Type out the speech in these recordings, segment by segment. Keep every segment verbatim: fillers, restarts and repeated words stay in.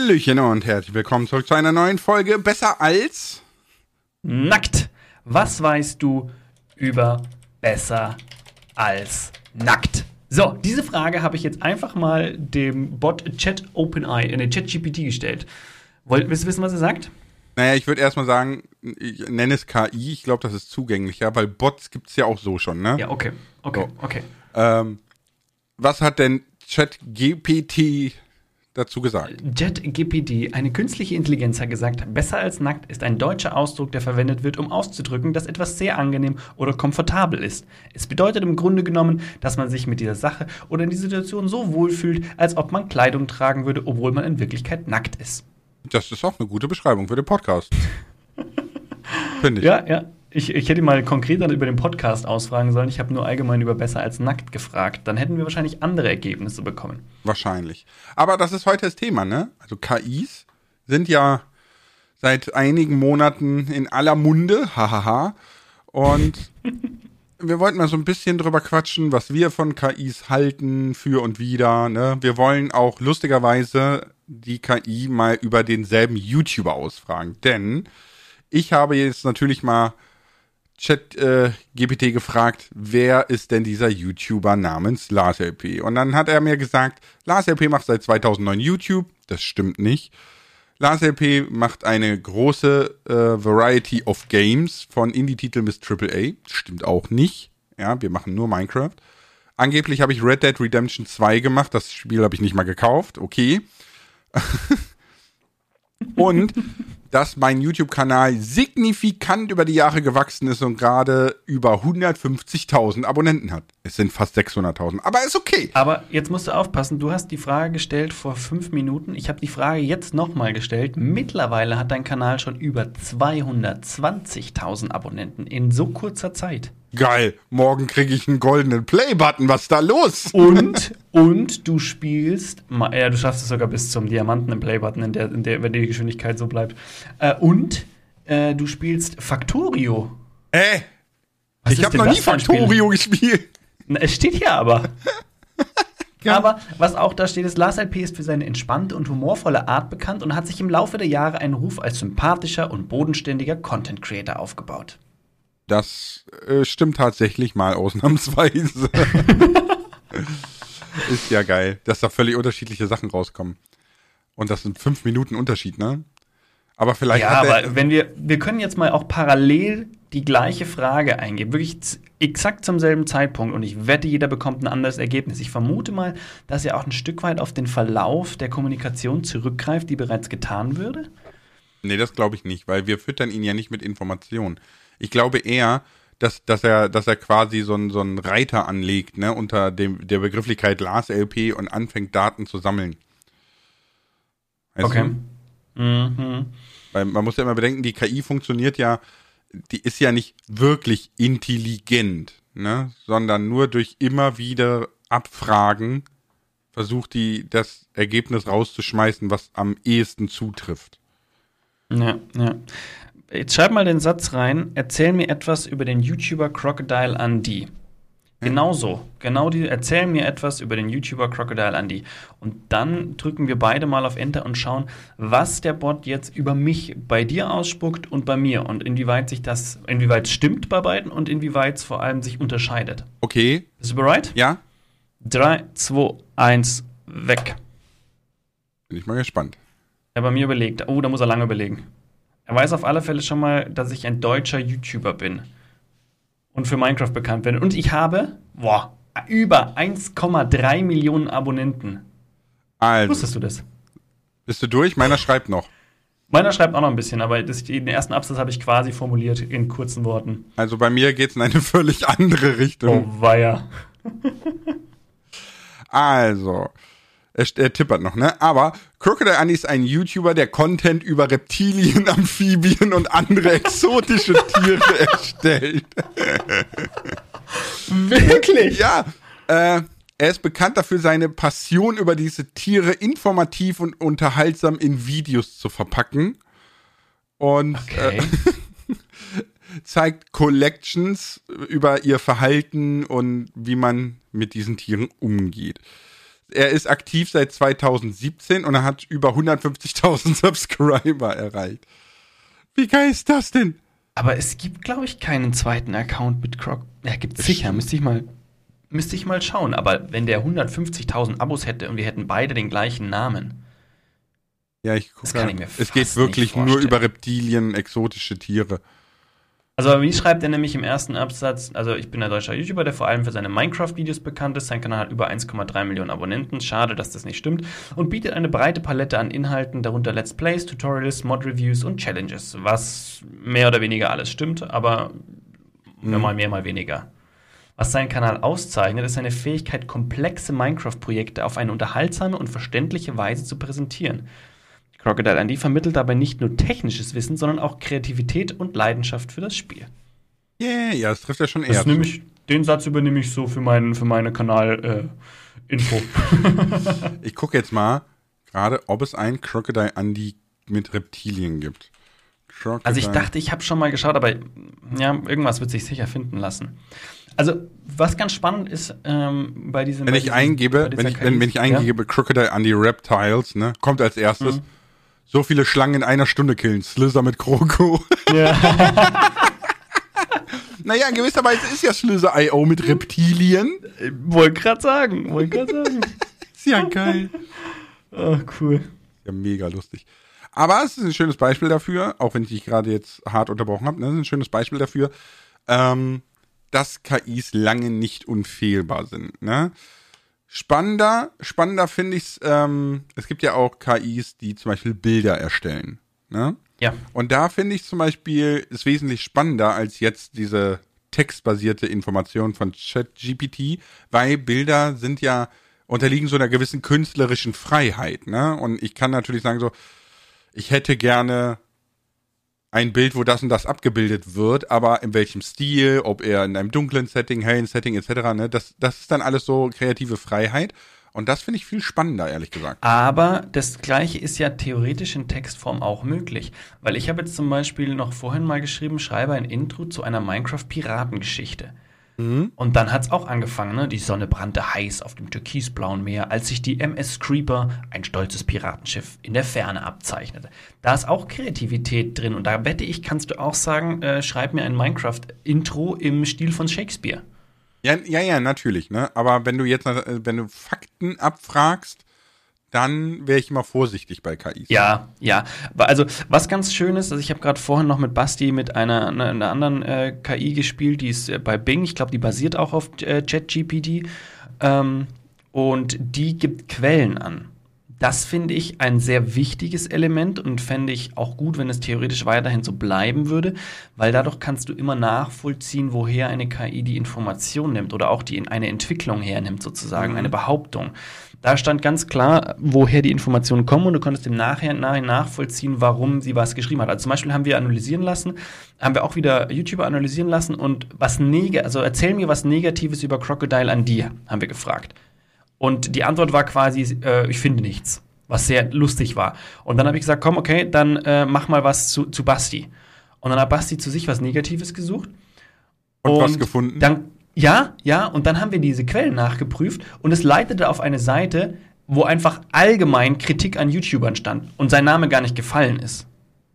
Hallöchen und herzlich willkommen zurück zu einer neuen Folge Besser als Nackt. Was weißt du über Besser als Nackt? So, diese Frage habe ich jetzt einfach mal dem Bot Chat OpenAI in den Chat G P T gestellt. Wollt, willst du wissen, was er sagt? Naja, ich würde erstmal sagen, ich nenne es K I, ich glaube, das ist zugänglicher, weil Bots gibt es ja auch so schon, ne? Ja, okay, okay, so. okay. Ähm, was hat denn Chat G P T dazu gesagt? Chat G P T, eine künstliche Intelligenz, hat gesagt, besser als nackt ist ein deutscher Ausdruck, der verwendet wird, um auszudrücken, dass etwas sehr angenehm oder komfortabel ist. Es bedeutet im Grunde genommen, dass man sich mit dieser Sache oder in dieser Situation so wohlfühlt, als ob man Kleidung tragen würde, obwohl man in Wirklichkeit nackt ist. Das ist auch eine gute Beschreibung für den Podcast. Finde ich. Ja, ja. Ich, ich hätte mal konkreter über den Podcast ausfragen sollen. Ich habe nur allgemein über besser als nackt gefragt. Dann hätten wir wahrscheinlich andere Ergebnisse bekommen. Wahrscheinlich. Aber das ist heute das Thema, ne? Also K Is sind ja seit einigen Monaten in aller Munde. Hahaha. Und wir wollten mal so ein bisschen drüber quatschen, was wir von K Is halten, für und wider, ne? Wir wollen auch lustigerweise die K I mal über denselben YouTuber ausfragen. Denn ich habe jetzt natürlich mal Chat äh, G P T gefragt, wer ist denn dieser YouTuber namens LarsLP? Und dann hat er mir gesagt, LarsLP macht seit zweitausendneun YouTube. Das stimmt nicht. LarsLP macht eine große äh, Variety of Games, von Indie-Titeln bis Triple A. Stimmt auch nicht. Ja, wir machen nur Minecraft. Angeblich habe ich Red Dead Redemption zwei gemacht. Das Spiel habe ich nicht mal gekauft. Okay. Und dass mein YouTube-Kanal signifikant über die Jahre gewachsen ist und gerade über hundertfünfzigtausend Abonnenten hat. Es sind fast sechshunderttausend, aber ist okay. Aber jetzt musst du aufpassen, du hast die Frage gestellt vor fünf Minuten. Ich habe die Frage jetzt nochmal gestellt. Mittlerweile hat dein Kanal schon über zweihundertzwanzigtausend Abonnenten in so kurzer Zeit. Geil, morgen kriege ich einen goldenen Play-Button, was ist da los? Und, und du spielst, ja, du schaffst es sogar bis zum Diamanten im Play-Button, in der, in der, wenn die Geschwindigkeit so bleibt. Äh, und äh, du spielst Factorio. Äh, Was ich ist habe denn noch nie das für ein Factorio gespielt. Na, es steht hier aber. Ja. Aber was auch da steht, ist, LarsLP ist für seine entspannte und humorvolle Art bekannt und hat sich im Laufe der Jahre einen Ruf als sympathischer und bodenständiger Content-Creator aufgebaut. Das äh, stimmt tatsächlich mal ausnahmsweise. Ist ja geil, dass da völlig unterschiedliche Sachen rauskommen. Und das sind fünf Minuten Unterschied, ne? Aber vielleicht Ja, hat aber der, wenn wir, wir können jetzt mal auch parallel die gleiche Frage eingeben, wirklich z- exakt zum selben Zeitpunkt, und ich wette, jeder bekommt ein anderes Ergebnis. Ich vermute mal, dass er auch ein Stück weit auf den Verlauf der Kommunikation zurückgreift, die bereits getan würde. Nee, das glaube ich nicht, weil wir füttern ihn ja nicht mit Informationen. Ich glaube eher, dass, dass er, dass er quasi so einen so einen Reiter anlegt, ne, unter dem, der Begrifflichkeit LarsLP und anfängt, Daten zu sammeln. Weißt Okay. du? Mhm. Weil man muss ja immer bedenken, die K I funktioniert ja, die ist ja nicht wirklich intelligent, ne, sondern nur durch immer wieder Abfragen versucht die, das Ergebnis rauszuschmeißen, was am ehesten zutrifft. Ja, ja. Jetzt schreib mal den Satz rein, erzähl mir etwas über den YouTuber Crocodile Andy. Genau so, genau die, erzähl mir etwas über den YouTuber Crocodile Andy. Und dann drücken wir beide mal auf Enter und schauen, was der Bot jetzt über mich bei dir ausspuckt und bei mir und inwieweit sich das, inwieweit es stimmt bei beiden und inwieweit es vor allem sich unterscheidet. Okay. Bist du bereit? Ja? drei, zwei, eins, weg. Bin ich mal gespannt. Er bei mir überlegt. Oh, da muss er lange überlegen. Er weiß auf alle Fälle schon mal, dass ich ein deutscher YouTuber bin und für Minecraft bekannt bin. Und ich habe, boah, über eins Komma drei Millionen Abonnenten. Also, Wusstest du das? bist du durch? Meiner schreibt noch. Meiner schreibt auch noch ein bisschen, aber das, den ersten Absatz habe ich quasi formuliert in kurzen Worten. Also bei mir geht's in eine völlig andere Richtung. Oh, weia. Also, er, er tippert noch, ne? Aber Crocodile Andy ist ein YouTuber, der Content über Reptilien, Amphibien und andere exotische Tiere erstellt. Wirklich? Ja, äh, er ist bekannt dafür, seine Passion über diese Tiere informativ und unterhaltsam in Videos zu verpacken. Und Okay. äh, zeigt Collections über ihr Verhalten und wie man mit diesen Tieren umgeht. er ist aktiv seit zweitausendsiebzehn und er hat über hundertfünfzigtausend Subscriber erreicht. Wie geil ist das denn? Aber es gibt, glaube ich, keinen zweiten Account mit Croc. Ja, gibt's sicher. Müsste ich mal, müsste ich mal schauen. Aber wenn der hundertfünfzigtausend Abos hätte und wir hätten beide den gleichen Namen. Ja, ich gucke. Das kann ich mir Es geht wirklich nur über Reptilien, exotische Tiere. Also wie schreibt er nämlich im ersten Absatz, also ich bin ein deutscher YouTuber, der vor allem für seine Minecraft-Videos bekannt ist. Sein Kanal hat über eins Komma drei Millionen Abonnenten. Schade, dass das nicht stimmt. Und bietet eine breite Palette an Inhalten, darunter Let's Plays, Tutorials, Mod-Reviews und Challenges. Was mehr oder weniger alles stimmt, aber mhm. mal mehr, mal weniger. Was seinen Kanal auszeichnet, ist seine Fähigkeit, komplexe Minecraft-Projekte auf eine unterhaltsame und verständliche Weise zu präsentieren. Crocodile Andy vermittelt dabei nicht nur technisches Wissen, sondern auch Kreativität und Leidenschaft für das Spiel. Yeah, ja, das trifft ja schon eher. Ich, den Satz übernehme ich so für, meinen, für meine Kanal-Info. Äh, ich gucke jetzt mal gerade, ob es einen Crocodile Andy mit Reptilien gibt. Crocodile. Also ich dachte, ich habe schon mal geschaut, aber ja, irgendwas wird sich sicher finden lassen. Also, was ganz spannend ist, ähm, bei diesem... Wenn bei ich diesem, eingebe, wenn ich, wenn, wenn ich eingebe ja? Crocodile Andy Reptiles, ne, kommt als erstes... Mhm. So viele Schlangen in einer Stunde killen. Slither mit Kroko. Ja. Naja, in gewisser Weise ist ja Slither Punkt io mit Reptilien. Wollte gerade sagen. Wollte gerade sagen. Ist ja geil. Ach, cool. Ja, mega lustig. Aber es ist ein schönes Beispiel dafür, auch wenn ich dich gerade jetzt hart unterbrochen habe, ne, es ist ein schönes Beispiel dafür, ähm, dass K Is lange nicht unfehlbar sind, ne? Spannender, spannender finde ich's, ähm, es gibt ja auch K Is, die zum Beispiel Bilder erstellen, ne? Ja. Und da finde ich zum Beispiel, ist wesentlich spannender als jetzt diese textbasierte Information von ChatGPT, weil Bilder sind ja, unterliegen so einer gewissen künstlerischen Freiheit, ne? Und ich kann natürlich sagen so, ich hätte gerne ein Bild, wo das und das abgebildet wird, aber in welchem Stil, ob er in einem dunklen Setting, hellen Setting et cetera, ne, das, das ist dann alles so kreative Freiheit und das finde ich viel spannender, ehrlich gesagt. Aber das Gleiche ist ja theoretisch in Textform auch möglich, weil ich habe jetzt zum Beispiel noch vorhin mal geschrieben, schreibe ein Intro zu einer Minecraft-Piratengeschichte. Mhm. Und dann hat's auch angefangen, ne? Die Sonne brannte heiß auf dem türkisblauen Meer, als sich die M S Creeper, ein stolzes Piratenschiff, in der Ferne abzeichnete. Da ist auch Kreativität drin und da wette ich, kannst du auch sagen, äh, schreib mir ein Minecraft-Intro im Stil von Shakespeare. Ja, ja, ja, natürlich, ne? Aber wenn du jetzt, wenn du Fakten abfragst, dann wäre ich immer vorsichtig bei K Is. Ja, ja. Also, was ganz schön ist, also ich habe gerade vorhin noch mit Basti mit einer, einer, einer anderen äh, K I gespielt, die ist äh, bei Bing, ich glaube, die basiert auch auf äh, ChatGPT ähm, und die gibt Quellen an. Das finde ich ein sehr wichtiges Element und fände ich auch gut, wenn es theoretisch weiterhin so bleiben würde, weil dadurch kannst du immer nachvollziehen, woher eine K I die Information nimmt oder auch die eine Entwicklung hernimmt sozusagen, mhm. eine Behauptung. Da stand ganz klar, woher die Informationen kommen und du konntest im Nachhinein nachvollziehen, warum sie was geschrieben hat. Also zum Beispiel haben wir analysieren lassen, haben wir auch wieder YouTuber analysieren lassen und was neg- also erzähl mir was Negatives über Crocodile Andy, haben wir gefragt. Und die Antwort war quasi, äh, ich finde nichts, was sehr lustig war. Und dann habe ich gesagt, komm, okay, dann äh, mach mal was zu, zu Basti. Und dann hat Basti zu sich was Negatives gesucht. Und, und was gefunden? Dann, ja, ja, und dann haben wir diese Quellen nachgeprüft und es leitete auf eine Seite, wo einfach allgemein Kritik an YouTubern stand und sein Name gar nicht gefallen ist.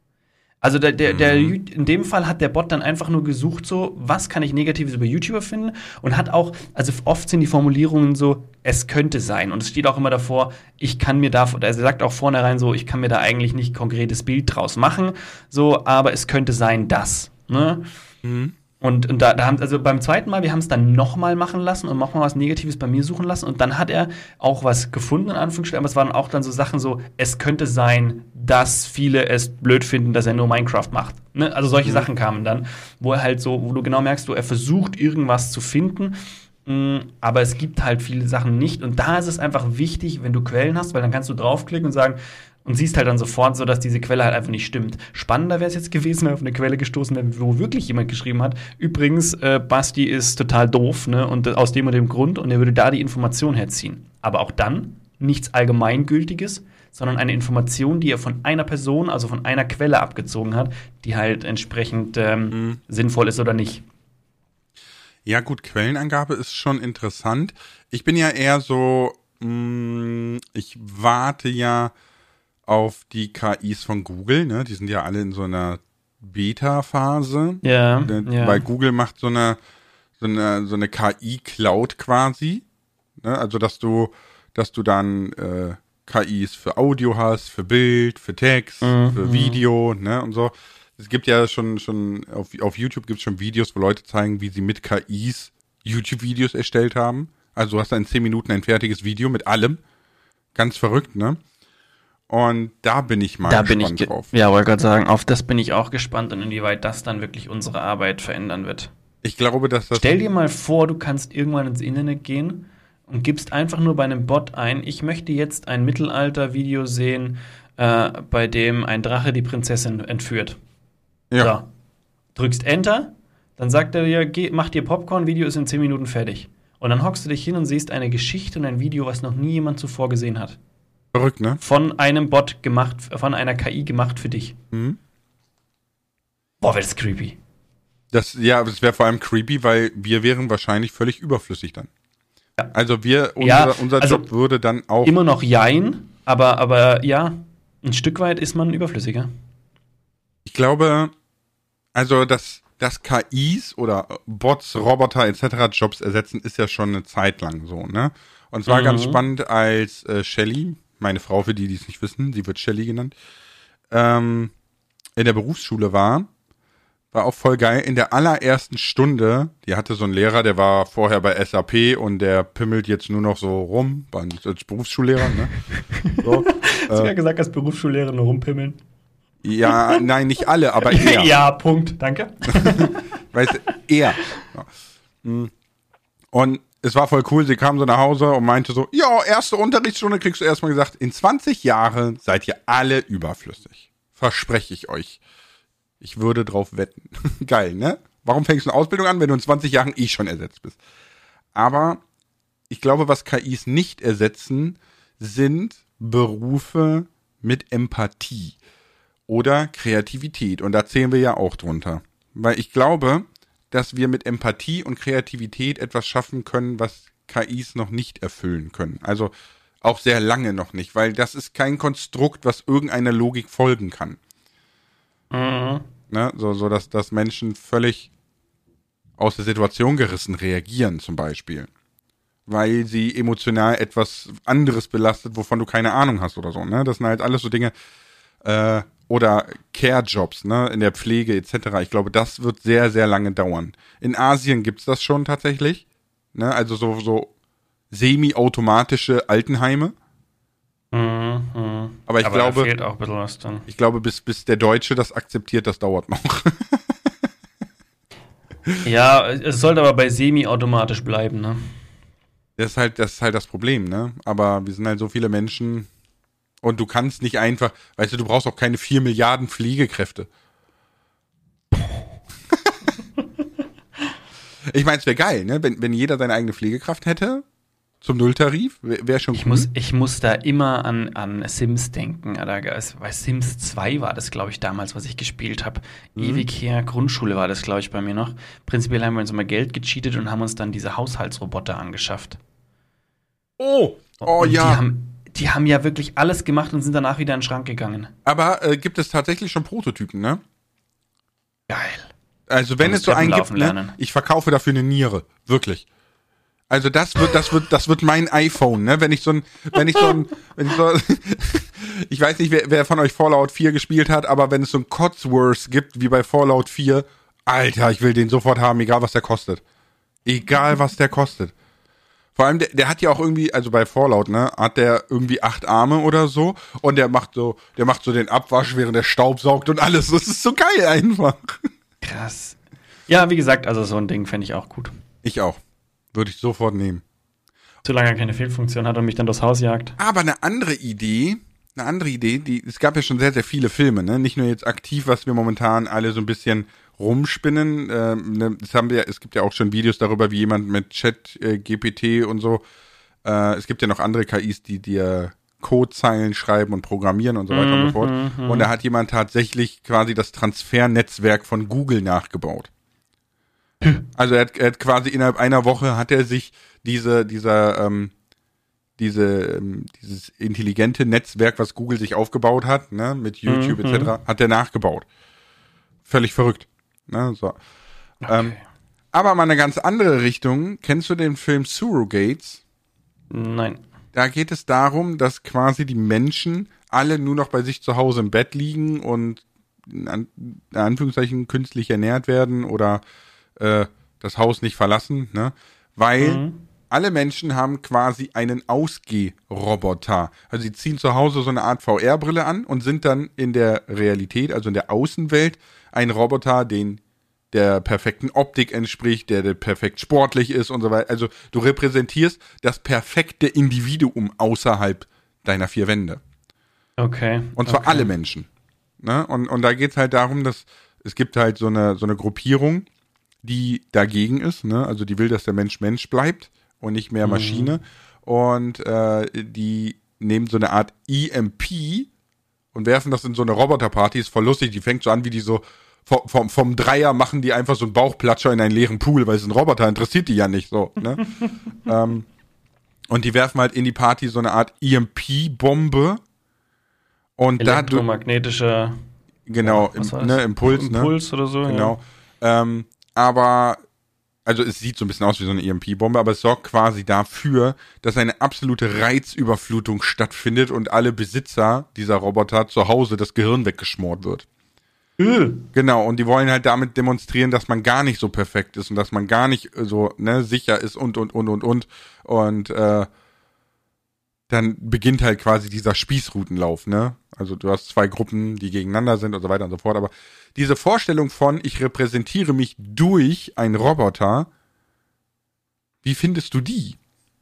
Also der, der, der, in dem Fall hat der Bot dann einfach nur gesucht, so, was kann ich Negatives über YouTuber finden? Und hat auch, also oft sind die Formulierungen so, es könnte sein. Und es steht auch immer davor, ich kann mir da, also er sagt auch vornherein so, ich kann mir da eigentlich nicht konkretes Bild draus machen, so, aber es könnte sein, dass. Ne? Mhm. Und, und da, da haben, also beim zweiten Mal, wir haben es dann nochmal machen lassen und nochmal was Negatives bei mir suchen lassen. Und dann hat er auch was gefunden, in Anführungsstrichen. Aber es waren auch dann so Sachen so, es könnte sein, dass viele es blöd finden, dass er nur Minecraft macht. Ne? Also solche mhm. Sachen kamen dann, wo er halt so, wo du genau merkst, so, er versucht irgendwas zu finden. Mh, aber es gibt halt viele Sachen nicht. Und da ist es einfach wichtig, wenn du Quellen hast, weil dann kannst du draufklicken und sagen, und siehst halt dann sofort so, dass diese Quelle halt einfach nicht stimmt. Spannender wäre es jetzt gewesen, wenn er auf eine Quelle gestoßen wäre, wo wirklich jemand geschrieben hat, übrigens, äh, Basti ist total doof, ne, und äh, aus dem und dem Grund, und er würde da die Information herziehen. Aber auch dann nichts Allgemeingültiges, sondern eine Information, die er von einer Person, also von einer Quelle abgezogen hat, die halt entsprechend ähm, mhm. sinnvoll ist oder nicht. Ja gut, Quellenangabe ist schon interessant. Ich bin ja eher so mh, ich warte ja auf die K Is von Google, ne? Die sind ja alle in so einer Beta-Phase. Ja, ne? ja. Weil Google macht so eine, so eine, so eine K I-Cloud quasi. Ne? Also, dass du, dass du dann äh, K Is für Audio hast, für Bild, für Text, Mhm. für Video, ne? Und so. Es gibt ja schon, schon auf, auf YouTube gibt es schon Videos, wo Leute zeigen, wie sie mit K Is YouTube-Videos erstellt haben. Also du hast da in zehn Minuten ein fertiges Video mit allem. Ganz verrückt, ne? Und da bin ich mal Da bin gespannt ich, ge- drauf. ja, wollte gerade sagen, auf das bin ich auch gespannt und inwieweit das dann wirklich unsere Arbeit verändern wird. Ich glaube, dass das... Stell dir mal vor, du kannst irgendwann ins Internet gehen und gibst einfach nur bei einem Bot ein, ich möchte jetzt ein Mittelalter-Video sehen, äh, bei dem ein Drache die Prinzessin entführt. ja. So. Drückst Enter, dann sagt er dir, geh, mach dir Popcorn, Video ist in zehn Minuten fertig. Und dann hockst du dich hin und siehst eine Geschichte und ein Video, was noch nie jemand zuvor gesehen hat. Verrückt, ne? Von einem Bot gemacht, von einer K I gemacht für dich. Mhm. Boah, wäre das creepy. Das, ja, das wäre vor allem creepy, weil wir wären wahrscheinlich völlig überflüssig dann. Ja. Also wir, unser, Ja, unser also Job würde dann auch... Immer noch Jein, aber, aber ja, ein Stück weit ist man überflüssiger. Ich glaube, also dass, dass K Is oder Bots, Roboter et cetera Jobs ersetzen, ist ja schon eine Zeit lang so, ne? Und es war Mhm. ganz spannend, als äh, Shelly, meine Frau, für die, die es nicht wissen, sie wird Shelly genannt, ähm, in der Berufsschule war, war auch voll geil. In der allerersten Stunde, die hatte so einen Lehrer, der war vorher bei S A P und der pimmelt jetzt nur noch so rum, war als Berufsschullehrer, ne? So, Hast du äh, ja gesagt, als Berufsschullehrer nur rumpimmeln? ja, nein, nicht alle, aber er. Ja, Punkt, danke. Weißt du, er. Ja. Mm. Und es war voll cool, sie kam so nach Hause und meinte so, ja, erste Unterrichtsstunde kriegst du erstmal gesagt, in zwanzig Jahren seid ihr alle überflüssig. Verspreche ich euch. Ich würde drauf wetten. Geil, ne? Warum fängst du eine Ausbildung an, wenn du in zwanzig Jahren eh schon ersetzt bist? Aber ich glaube, was K Is nicht ersetzen, sind Berufe mit Empathie oder Kreativität. Und da zählen wir ja auch drunter. Weil ich glaube, dass wir mit Empathie und Kreativität etwas schaffen können, was K Is noch nicht erfüllen können. Also auch sehr lange noch nicht, weil das ist kein Konstrukt, was irgendeiner Logik folgen kann. Mhm. Ne? So, so dass, dass Menschen völlig aus der Situation gerissen reagieren zum Beispiel. Weil sie emotional etwas anderes belastet, wovon du keine Ahnung hast oder so. Ne? Das sind halt alles so Dinge, äh, oder Care-Jobs, ne, in der Pflege et cetera. Ich glaube, das wird sehr, sehr lange dauern. In Asien gibt's das schon tatsächlich, ne, also so, so semi-automatische Altenheime. Mhm, mhm. Aber ich aber glaube, da fehlt auch ein bisschen was dann. ich glaube, bis, bis der Deutsche das akzeptiert, das dauert noch. Ja, es sollte aber bei semi-automatisch bleiben, ne? Das ist halt, das ist halt das Problem, ne, aber wir sind halt so viele Menschen. Und du kannst nicht einfach, weißt du, du brauchst auch keine vier Milliarden Pflegekräfte. Ich meine, es wäre geil, ne? Wenn, wenn jeder seine eigene Pflegekraft hätte, zum Nulltarif, wäre wär schon Ich, cool. muss, ich muss da immer an, an Sims denken. Alter. Es- Bei Sims zwei war das, glaube ich, damals, was ich gespielt habe. Mhm. Ewig her, Grundschule war das, glaube ich, bei mir noch. Prinzipiell haben wir uns immer Geld gecheatet und haben uns dann diese Haushaltsroboter angeschafft. Oh, oh und ja. Die haben, die haben ja wirklich alles gemacht und sind danach wieder in den Schrank gegangen. Aber äh, gibt es tatsächlich schon Prototypen, ne? Geil. Also wenn Und es so das einen gibt, Treppen ne? laufen lernen. Ich verkaufe dafür eine Niere, wirklich. Also das wird, das wird, das wird mein iPhone, ne? Wenn ich so ein, wenn ich so ein, wenn ich so, ich weiß nicht, wer, wer von euch Fallout vier gespielt hat, aber wenn es so ein Codsworth gibt, wie bei Fallout vier, Alter, ich will den sofort haben, egal was der kostet. Egal was der kostet. Vor allem, der, der hat ja auch irgendwie, also bei Fallout, ne, hat der irgendwie acht Arme oder so und der macht so, der macht so den Abwasch, während der Staub saugt und alles. Das ist so geil einfach. Krass. Ja, wie gesagt, also so ein Ding fände ich auch gut. Ich auch. Würde ich sofort nehmen. Solange er keine Fehlfunktion hat und mich dann durchs Haus jagt. Aber eine andere Idee, eine andere Idee, die, es gab ja schon sehr, sehr viele Filme, ne? Nicht nur jetzt aktiv, was wir momentan alle so ein bisschen rumspinnen. Ähm, ne? Das haben wir, es gibt ja auch schon Videos darüber, wie jemand mit Chat, äh, G P T und so. Äh, es gibt ja noch andere K Is, die dir Codezeilen schreiben und programmieren und so weiter und so fort. Mhm, Und da hat jemand tatsächlich quasi das Transfernetzwerk von Google nachgebaut. Also er hat, er hat quasi innerhalb einer Woche hat er sich diese, dieser, ähm, diese, ähm, dieses intelligente Netzwerk, was Google sich aufgebaut hat, ne, mit YouTube Mhm. et cetera, hat der nachgebaut. Völlig verrückt. Ne, so. Okay. Ähm, aber mal eine ganz andere Richtung. Kennst du den Film Surrogates? Nein. Da geht es darum, dass quasi die Menschen alle nur noch bei sich zu Hause im Bett liegen und in, An in Anführungszeichen künstlich ernährt werden oder äh, das Haus nicht verlassen, ne? Weil Mhm. alle Menschen haben quasi einen Ausgehroboter. Also sie ziehen zu Hause so eine Art V R-Brille an und sind dann in der Realität, also in der Außenwelt, ein Roboter, den der perfekten Optik entspricht, der, der perfekt sportlich ist und so weiter. Also du repräsentierst das perfekte Individuum außerhalb deiner vier Wände. Okay. Und zwar okay. alle Menschen. Ne? Und, und da geht's halt darum, dass es gibt halt so eine, so eine Gruppierung, die dagegen ist. Ne? Also die will, dass der Mensch Mensch bleibt und nicht mehr Maschine. Mhm. Und äh, die nehmen so eine Art E M P und werfen das in so eine Roboterparty. Ist voll lustig. Die fängt so an, wie die so vom, vom, vom Dreier machen die einfach so einen Bauchplatscher in einen leeren Pool, weil es ein Roboter interessiert die ja nicht so. Ne? ähm, und die werfen halt in die Party so eine Art E M P-Bombe. Und elektromagnetischer genau, ja, im, ne, Impuls, Impuls ne? oder so. Genau. Ja. Ähm, aber, also es sieht so ein bisschen aus wie so eine E M P-Bombe, aber es sorgt quasi dafür, dass eine absolute Reizüberflutung stattfindet und alle Besitzer dieser Roboter zu Hause das Gehirn weggeschmort wird. Mhm. Genau, und die wollen halt damit demonstrieren, dass man gar nicht so perfekt ist und dass man gar nicht so ne, sicher ist und, und, und, und, und. Und äh, dann beginnt halt quasi dieser Spießrutenlauf, ne? Also du hast zwei Gruppen, die gegeneinander sind und so weiter und so fort. Aber diese Vorstellung von, ich repräsentiere mich durch einen Roboter, wie findest du die?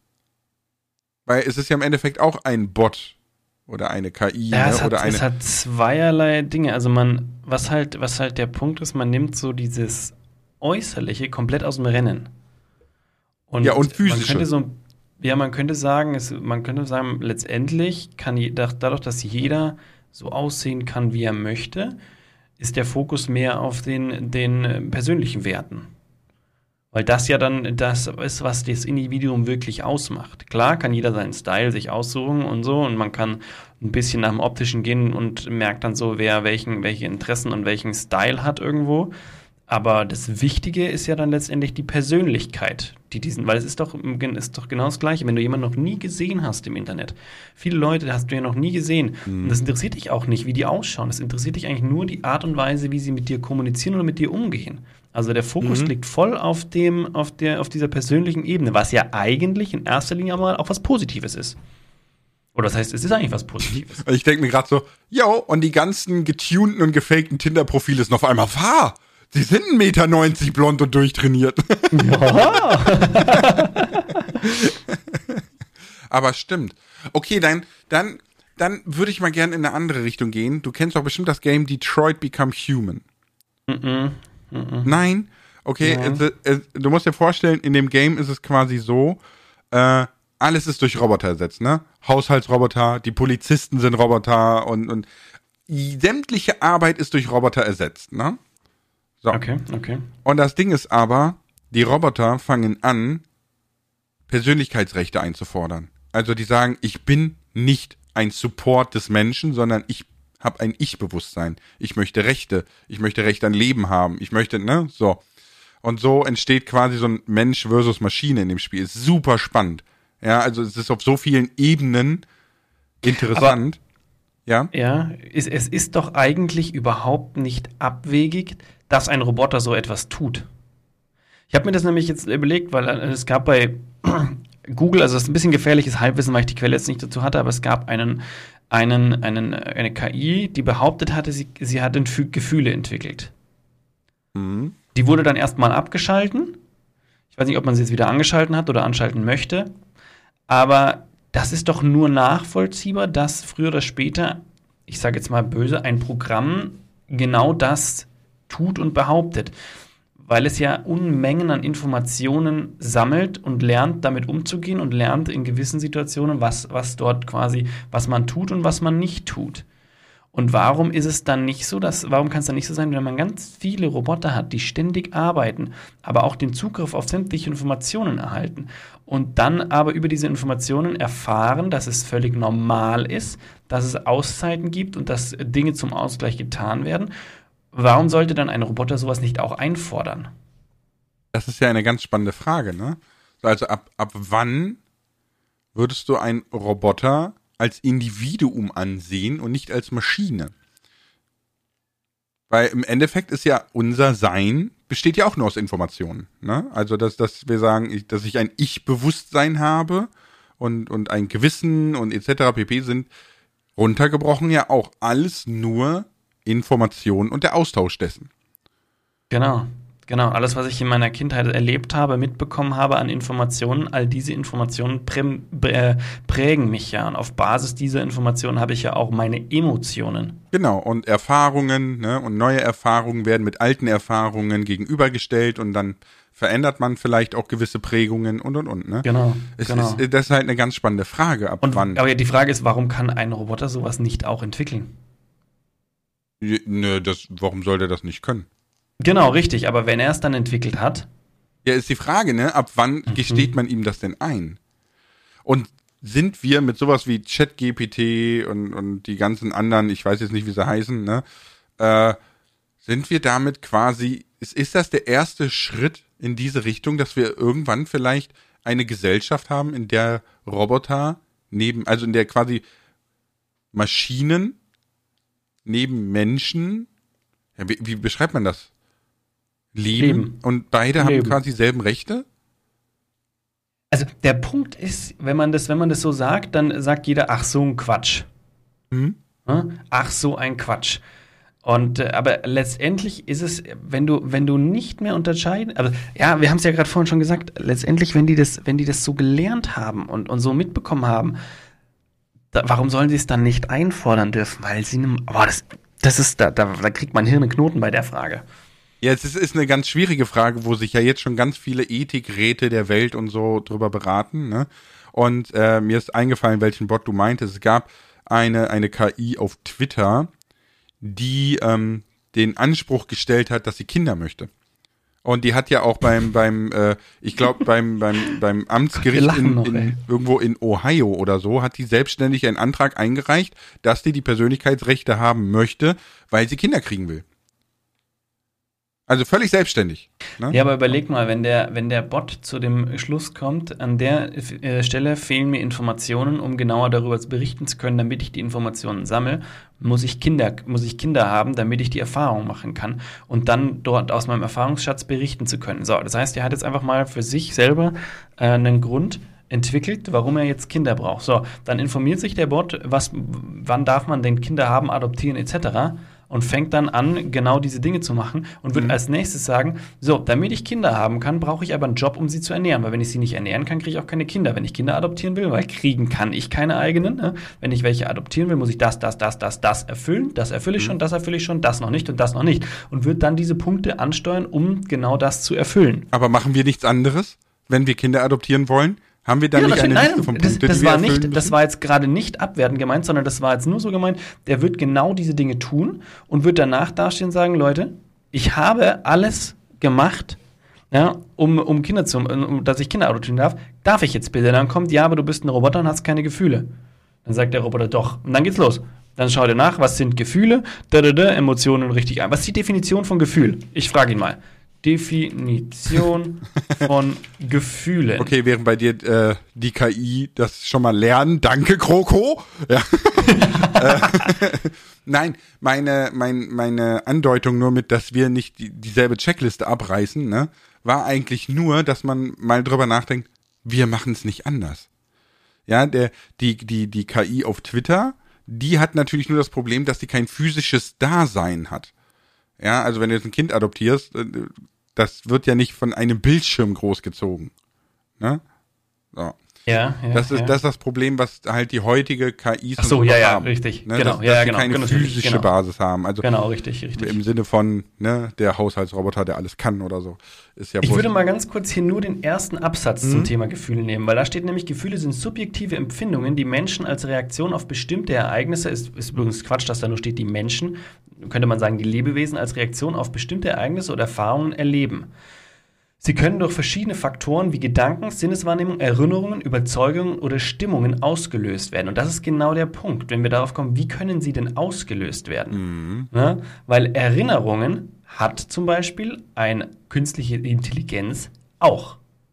Weil es ist ja im Endeffekt auch ein Bot oder eine K I, ja, ne? es hat, oder eine. Es hat zweierlei Dinge. Also man, was halt, was halt der Punkt ist, man nimmt so dieses Äußerliche komplett aus dem Rennen. Und ja, und physische. Man könnte so, ja, man könnte sagen, es, man könnte sagen, letztendlich kann je, dadurch, dass jeder so aussehen kann, wie er möchte, ist der Fokus mehr auf den, den persönlichen Werten. Weil das ja dann das ist, was das Individuum wirklich ausmacht. Klar kann jeder seinen Style sich aussuchen und so und man kann ein bisschen nach dem Optischen gehen und merkt dann so, wer welchen, welche Interessen und welchen Style hat irgendwo. Aber das Wichtige ist ja dann letztendlich die Persönlichkeit, die diesen, weil es ist doch, ist doch genau das Gleiche, wenn du jemanden noch nie gesehen hast im Internet. Viele Leute hast du ja noch nie gesehen. Mhm. Und das interessiert dich auch nicht, wie die ausschauen. Das interessiert dich eigentlich nur die Art und Weise, wie sie mit dir kommunizieren oder mit dir umgehen. Also der Fokus mhm. liegt voll auf dem, auf der, auf dieser persönlichen Ebene, was ja eigentlich in erster Linie mal auch was Positives ist. Oder das heißt, es ist eigentlich was Positives. Ich denke mir gerade so, yo, und die ganzen getunten und gefakten Tinder-Profile sind auf einmal wahr. Sie sind ein Meter neunzig blond und durchtrainiert. Ja. Aber stimmt. Okay, dann, dann, dann würde ich mal gerne in eine andere Richtung gehen. Du kennst doch bestimmt das Game Detroit Become Human. Mm-mm. Mm-mm. Nein? Okay, ja. es, es, du musst dir vorstellen, in dem Game ist es quasi so, äh, alles ist durch Roboter ersetzt, ne? Haushaltsroboter, die Polizisten sind Roboter und, und sämtliche Arbeit ist durch Roboter ersetzt, ne? So. Okay, okay. Und das Ding ist aber, die Roboter fangen an, Persönlichkeitsrechte einzufordern. Also die sagen, ich bin nicht ein Support des Menschen, sondern ich habe ein Ich-Bewusstsein. Ich möchte Rechte. Ich möchte Recht an Leben haben. Ich möchte, ne, so. Und so entsteht quasi so ein Mensch versus Maschine in dem Spiel. Ist super spannend. Ja, also es ist auf so vielen Ebenen interessant. Aber ja? Ja, es, es ist doch eigentlich überhaupt nicht abwegig, dass ein Roboter so etwas tut. Ich habe mir das nämlich jetzt überlegt, weil es gab bei Google, also das ist ein bisschen gefährliches Halbwissen, weil ich die Quelle jetzt nicht dazu hatte, aber es gab einen, einen, einen, eine K I, die behauptet hatte, sie, sie hat Gefühle entwickelt. Mhm. Die wurde dann erstmal abgeschalten. Ich weiß nicht, ob man sie jetzt wieder angeschalten hat oder anschalten möchte. Aber das ist doch nur nachvollziehbar, dass früher oder später, ich sage jetzt mal böse, ein Programm genau das tut und behauptet. Weil es ja Unmengen an Informationen sammelt und lernt, damit umzugehen und lernt in gewissen Situationen, was, was dort quasi, was man tut und was man nicht tut. Und warum ist es dann nicht so, dass, warum kann es dann nicht so sein, wenn man ganz viele Roboter hat, die ständig arbeiten, aber auch den Zugriff auf sämtliche Informationen erhalten und dann aber über diese Informationen erfahren, dass es völlig normal ist, dass es Auszeiten gibt und dass Dinge zum Ausgleich getan werden. Warum sollte dann ein Roboter sowas nicht auch einfordern? Das ist ja eine ganz spannende Frage, ne? Also ab, ab wann würdest du einen Roboter als Individuum ansehen und nicht als Maschine? Weil im Endeffekt ist ja unser Sein, besteht ja auch nur aus Informationen. Ne? Also, dass, dass wir sagen, ich, dass ich ein Ich-Bewusstsein habe und, und ein Gewissen und et cetera pp. Sind runtergebrochen ja auch alles nur Informationen und der Austausch dessen. Genau. Genau, alles, was ich in meiner Kindheit erlebt habe, mitbekommen habe an Informationen, all diese Informationen prä- äh, prägen mich ja. Und auf Basis dieser Informationen habe ich ja auch meine Emotionen. Genau, und Erfahrungen, ne, und neue Erfahrungen werden mit alten Erfahrungen gegenübergestellt und dann verändert man vielleicht auch gewisse Prägungen und und und. Ne? Genau, es genau. Ist, das ist halt eine ganz spannende Frage, ab und, wann. Aber die Frage ist, warum kann ein Roboter sowas nicht auch entwickeln? Ne, das, warum soll der das nicht können? Genau, richtig, aber wenn er es dann entwickelt hat. Ja, ist die Frage, ne? Ab wann mhm. gesteht man ihm das denn ein? Und sind wir mit sowas wie ChatGPT und, und die ganzen anderen, ich weiß jetzt nicht, wie sie heißen, ne? Äh, sind wir damit quasi, ist, ist das der erste Schritt in diese Richtung, dass wir irgendwann vielleicht eine Gesellschaft haben, in der Roboter neben, also in der quasi Maschinen neben Menschen, ja, wie, wie beschreibt man das? Leben, Leben. Und beide Leben. Haben quasi dieselben Rechte? Also der Punkt ist, wenn man das, wenn man das so sagt, dann sagt jeder, ach so ein Quatsch. Hm? Ach so ein Quatsch. Und äh, aber letztendlich ist es, wenn du, wenn du nicht mehr unterscheiden, aber ja, wir haben es ja gerade vorhin schon gesagt, letztendlich, wenn die das, wenn die das so gelernt haben und, und so mitbekommen haben, da, warum sollen sie es dann nicht einfordern dürfen? Weil sie, boah, das, das ist, da, da, da kriegt man Hirnknoten bei der Frage. Ja, es ist, ist eine ganz schwierige Frage, wo sich ja jetzt schon ganz viele Ethikräte der Welt und so drüber beraten, ne? Und äh, mir ist eingefallen, welchen Bot du meintest. Es gab eine, eine K I auf Twitter, die ähm, den Anspruch gestellt hat, dass sie Kinder möchte. Und die hat ja auch beim, beim äh, ich glaube, beim, beim, beim Amtsgericht in, noch, in, irgendwo in Ohio oder so, hat die selbstständig einen Antrag eingereicht, dass die die Persönlichkeitsrechte haben möchte, weil sie Kinder kriegen will. Also völlig selbstständig. Ne? Ja, aber überleg mal, wenn der, wenn der Bot zu dem Schluss kommt, an der äh, Stelle fehlen mir Informationen, um genauer darüber berichten zu können, damit ich die Informationen sammle, muss ich Kinder, muss ich Kinder haben, damit ich die Erfahrung machen kann und dann dort aus meinem Erfahrungsschatz berichten zu können. So, das heißt, er hat jetzt einfach mal für sich selber äh, einen Grund entwickelt, warum er jetzt Kinder braucht. So, dann informiert sich der Bot, was, wann darf man denn Kinder haben, adoptieren et cetera und fängt dann an, genau diese Dinge zu machen und wird mhm. als nächstes sagen, so, damit ich Kinder haben kann, brauche ich aber einen Job, um sie zu ernähren, weil wenn ich sie nicht ernähren kann, kriege ich auch keine Kinder. Wenn ich Kinder adoptieren will, weil kriegen kann ich keine eigenen, ne? Wenn ich welche adoptieren will, muss ich das, das, das, das, das erfüllen, das erfülle ich mhm. schon, das erfülle ich schon, das noch nicht und das noch nicht und wird dann diese Punkte ansteuern, um genau das zu erfüllen. Aber machen wir nichts anderes, wenn wir Kinder adoptieren wollen? Haben wir dann ja, nicht eine nein, Liste von das, Punkten, das die wir war erfüllen nicht, müssen? Das war jetzt gerade nicht abwertend gemeint, sondern das war jetzt nur so gemeint, der wird genau diese Dinge tun und wird danach dastehen und sagen, Leute, ich habe alles gemacht, ja, um, um Kinder zu, um, dass ich Kinder adoptieren darf. Darf ich jetzt bitte? Dann kommt, ja, aber du bist ein Roboter und hast keine Gefühle. Dann sagt der Roboter, doch. Und dann geht's los. Dann schaut er nach, was sind Gefühle, da, da, da, Emotionen richtig ein. Was ist die Definition von Gefühl? Ich frage ihn mal. Definition von Gefühlen. Okay, während bei dir äh, die K I das schon mal lernen. Danke, Kroko. Ja. äh, Nein, meine, mein, meine Andeutung nur mit, dass wir nicht die, dieselbe Checkliste abreißen, ne, war eigentlich nur, dass man mal drüber nachdenkt, wir machen es nicht anders. Ja, der, die, die, die K I auf Twitter, die hat natürlich nur das Problem, dass sie kein physisches Dasein hat. Ja, also wenn du jetzt ein Kind adoptierst, das wird ja nicht von einem Bildschirm großgezogen. Ne? So. Ja, ja, das ist ja. das ist das Problem, was halt die heutige K Is Ach so, und ja, ja, haben. richtig. Ne? Genau, dass, ja, dass sie genau, keine genau, physische genau. Basis haben. Also Genau, richtig, richtig. im Sinne von ne, der Haushaltsroboter, der alles kann oder so. Ist ja Ich wurscht. würde mal ganz kurz hier nur den ersten Absatz Mhm. zum Thema Gefühle nehmen, weil da steht nämlich, Gefühle sind subjektive Empfindungen, die Menschen als Reaktion auf bestimmte Ereignisse, ist, ist übrigens Quatsch, dass da nur steht, die Menschen, könnte man sagen, die Lebewesen als Reaktion auf bestimmte Ereignisse oder Erfahrungen erleben. Sie können durch verschiedene Faktoren wie Gedanken, Sinneswahrnehmung, Erinnerungen, Überzeugungen oder Stimmungen ausgelöst werden. Und das ist genau der Punkt, wenn wir darauf kommen, wie können sie denn ausgelöst werden? Mhm. Ja, weil Erinnerungen hat zum Beispiel eine künstliche Intelligenz auch.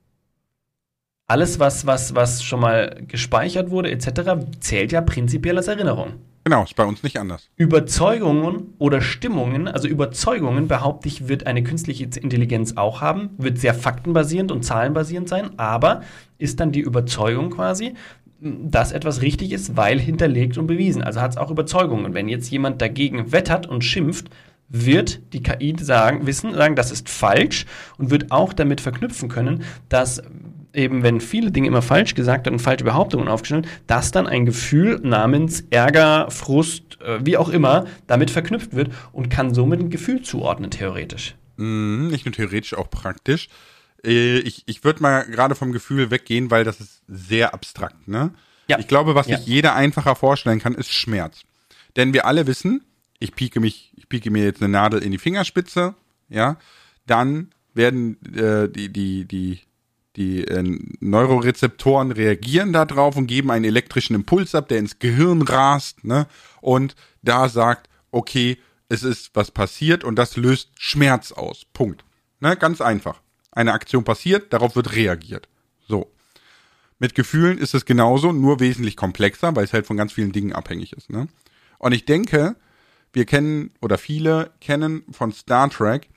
Alles, was, was, was schon mal gespeichert wurde, et cetera, zählt ja prinzipiell als Erinnerung. Genau, ist bei uns nicht anders. Überzeugungen oder Stimmungen, also Überzeugungen, behaupte ich, wird eine künstliche Intelligenz auch haben, wird sehr faktenbasierend und zahlenbasierend sein, aber ist dann die Überzeugung quasi, dass etwas richtig ist, weil hinterlegt und bewiesen. Also hat es auch Überzeugungen. Wenn jetzt jemand dagegen wettert und schimpft, wird die K I sagen, wissen, sagen, das ist falsch und wird auch damit verknüpfen können, dass eben, wenn viele Dinge immer falsch gesagt und falsche Behauptungen aufgestellt, dass dann ein Gefühl namens Ärger, Frust, äh, wie auch immer, damit verknüpft wird und kann somit ein Gefühl zuordnen, theoretisch. Mhm, nicht nur theoretisch, auch praktisch. Äh, ich ich würde mal gerade vom Gefühl weggehen, weil das ist sehr abstrakt. Ne? Ja. Ich glaube, was Ja. sich jeder einfacher vorstellen kann, ist Schmerz. Denn wir alle wissen, ich pieke mich, ich pieke mir jetzt eine Nadel in die Fingerspitze, ja, dann werden äh, die, die, die, die äh, Neurorezeptoren reagieren da drauf und geben einen elektrischen Impuls ab, der ins Gehirn rast, ne, und da sagt, okay, es ist was passiert und das löst Schmerz aus. Punkt. Ne, ganz einfach. Eine Aktion passiert, darauf wird reagiert. So. Mit Gefühlen ist es genauso, nur wesentlich komplexer, weil es halt von ganz vielen Dingen abhängig ist, ne? Und ich denke, wir kennen, oder viele kennen von Star Trek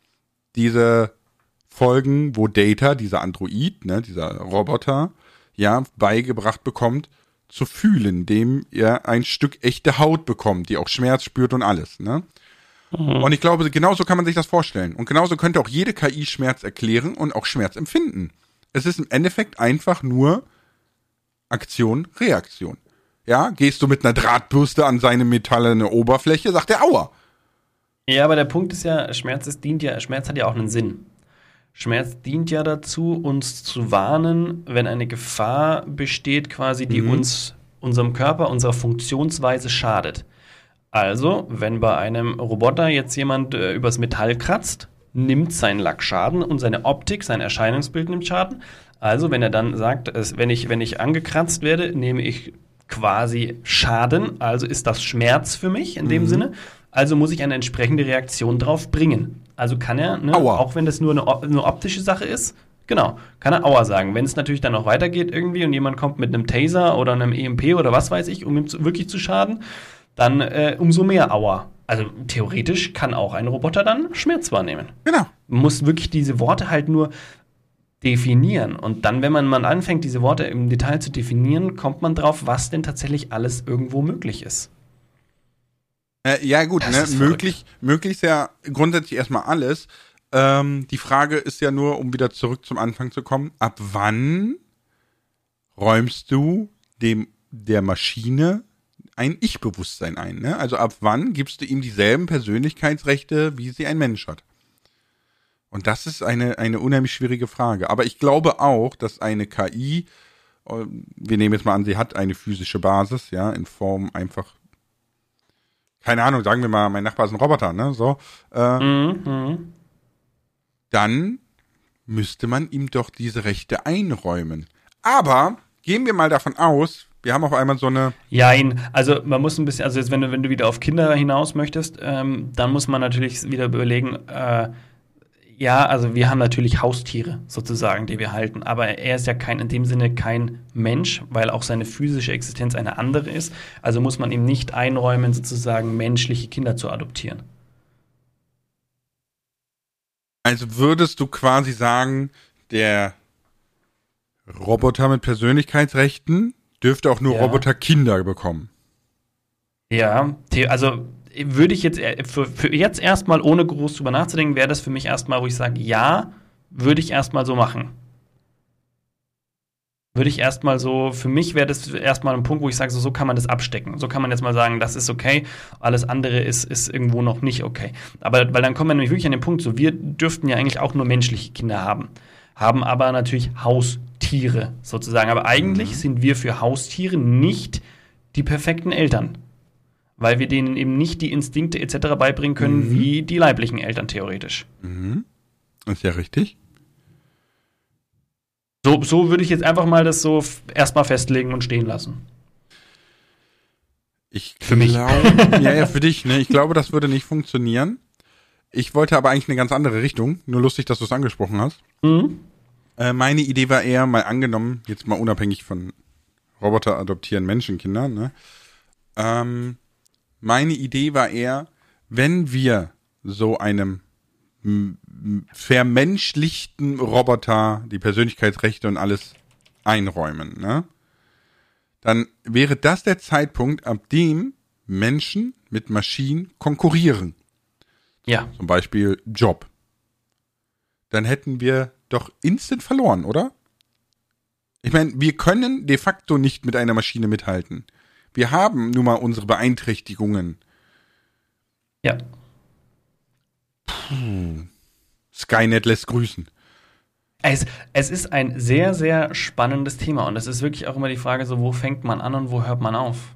diese Folgen, wo Data, dieser Android, ne, dieser Roboter, ja, beigebracht bekommt, zu fühlen, indem er ein Stück echte Haut bekommt, die auch Schmerz spürt und alles, ne? Mhm. Und ich glaube, genauso kann man sich das vorstellen. Und genauso könnte auch jede K I Schmerz erklären und auch Schmerz empfinden. Es ist im Endeffekt einfach nur Aktion, Reaktion. Ja, gehst du mit einer Drahtbürste an seine metallene Oberfläche, sagt er Aua. Ja, aber der Punkt ist ja, Schmerz ist, dient ja, Schmerz hat ja auch einen Sinn. Schmerz dient ja dazu, uns zu warnen, wenn eine Gefahr besteht, quasi, die mhm. uns, unserem Körper, unserer Funktionsweise schadet. Also, wenn bei einem Roboter jetzt jemand äh, übers Metall kratzt, nimmt sein Lack Schaden und seine Optik, sein Erscheinungsbild nimmt Schaden. Also, wenn er dann sagt, es, wenn ich, wenn ich angekratzt werde, nehme ich quasi Schaden, also ist das Schmerz für mich in dem mhm. Sinne. Also muss ich eine entsprechende Reaktion drauf bringen. Also kann er, ne, auch wenn das nur eine, eine optische Sache ist, genau, kann er Aua sagen. Wenn es natürlich dann noch weitergeht irgendwie und jemand kommt mit einem Taser oder einem E M P oder was weiß ich, um ihm zu, wirklich zu schaden, dann äh, umso mehr Aua. Also theoretisch kann auch ein Roboter dann Schmerz wahrnehmen. Genau. Man muss wirklich diese Worte halt nur definieren. Und dann, wenn man mal anfängt, diese Worte im Detail zu definieren, kommt man drauf, was denn tatsächlich alles irgendwo möglich ist. Äh, ja gut, ne? möglich, möglich ist ja grundsätzlich erstmal alles. Ähm, die Frage ist ja nur, um wieder zurück zum Anfang zu kommen, ab wann räumst du dem der Maschine ein Ich-Bewusstsein ein? Ne? Also ab wann gibst du ihm dieselben Persönlichkeitsrechte, wie sie ein Mensch hat? Und das ist eine, eine unheimlich schwierige Frage. Aber ich glaube auch, dass eine K I, wir nehmen jetzt mal an, sie hat eine physische Basis, ja, in Form einfach, keine Ahnung, sagen wir mal, mein Nachbar ist ein Roboter, ne, so, äh, mhm. dann müsste man ihm doch diese Rechte einräumen. Aber gehen wir mal davon aus, wir haben auf einmal so eine... Jein, also man muss ein bisschen, also jetzt, wenn du, wenn du wieder auf Kinder hinaus möchtest, ähm, dann muss man natürlich wieder überlegen, äh, ja, also wir haben natürlich Haustiere sozusagen, die wir halten, aber er ist ja kein, in dem Sinne kein Mensch, weil auch seine physische Existenz eine andere ist. Also muss man ihm nicht einräumen, sozusagen menschliche Kinder zu adoptieren. Also würdest du quasi sagen, der Roboter mit Persönlichkeitsrechten dürfte auch nur ja. Roboterkinder bekommen? Ja, also würde ich jetzt für, für jetzt erstmal, ohne groß drüber nachzudenken, wäre das für mich erstmal, wo ich sage, ja, würde ich erstmal so machen. Würde ich erstmal so, für mich wäre das erstmal ein Punkt, wo ich sage, so, so kann man das abstecken. So kann man jetzt mal sagen, das ist okay, alles andere ist, ist irgendwo noch nicht okay. Aber weil dann kommen wir nämlich wirklich an den Punkt, so wir dürften ja eigentlich auch nur menschliche Kinder haben. Haben aber natürlich Haustiere sozusagen. Aber eigentlich mhm. sind wir für Haustiere nicht die perfekten Eltern. Weil wir denen eben nicht die Instinkte et cetera beibringen können, mhm. wie die leiblichen Eltern theoretisch. Mhm. Ist ja richtig. So, so würde ich jetzt einfach mal das so f- erstmal festlegen und stehen lassen. Ich für mich. Glaub, ja, ja, für dich, ne? Ich glaube, das würde nicht funktionieren. Ich wollte aber eigentlich eine ganz andere Richtung. Nur lustig, dass du es angesprochen hast. Mhm. Äh, meine Idee war eher mal angenommen, jetzt mal unabhängig von Roboter adoptieren Menschenkinder, ne? Ähm, meine Idee war eher, wenn wir so einem vermenschlichten Roboter die Persönlichkeitsrechte und alles einräumen, ne? Dann wäre das der Zeitpunkt, ab dem Menschen mit Maschinen konkurrieren. Ja. Zum Beispiel Job. Dann hätten wir doch instant verloren, oder? Ich meine, wir können de facto nicht mit einer Maschine mithalten. Wir haben nun mal unsere Beeinträchtigungen. Ja. Puh. Skynet lässt grüßen. Es, es ist ein sehr, sehr spannendes Thema und es ist wirklich auch immer die Frage, so wo fängt man an und wo hört man auf?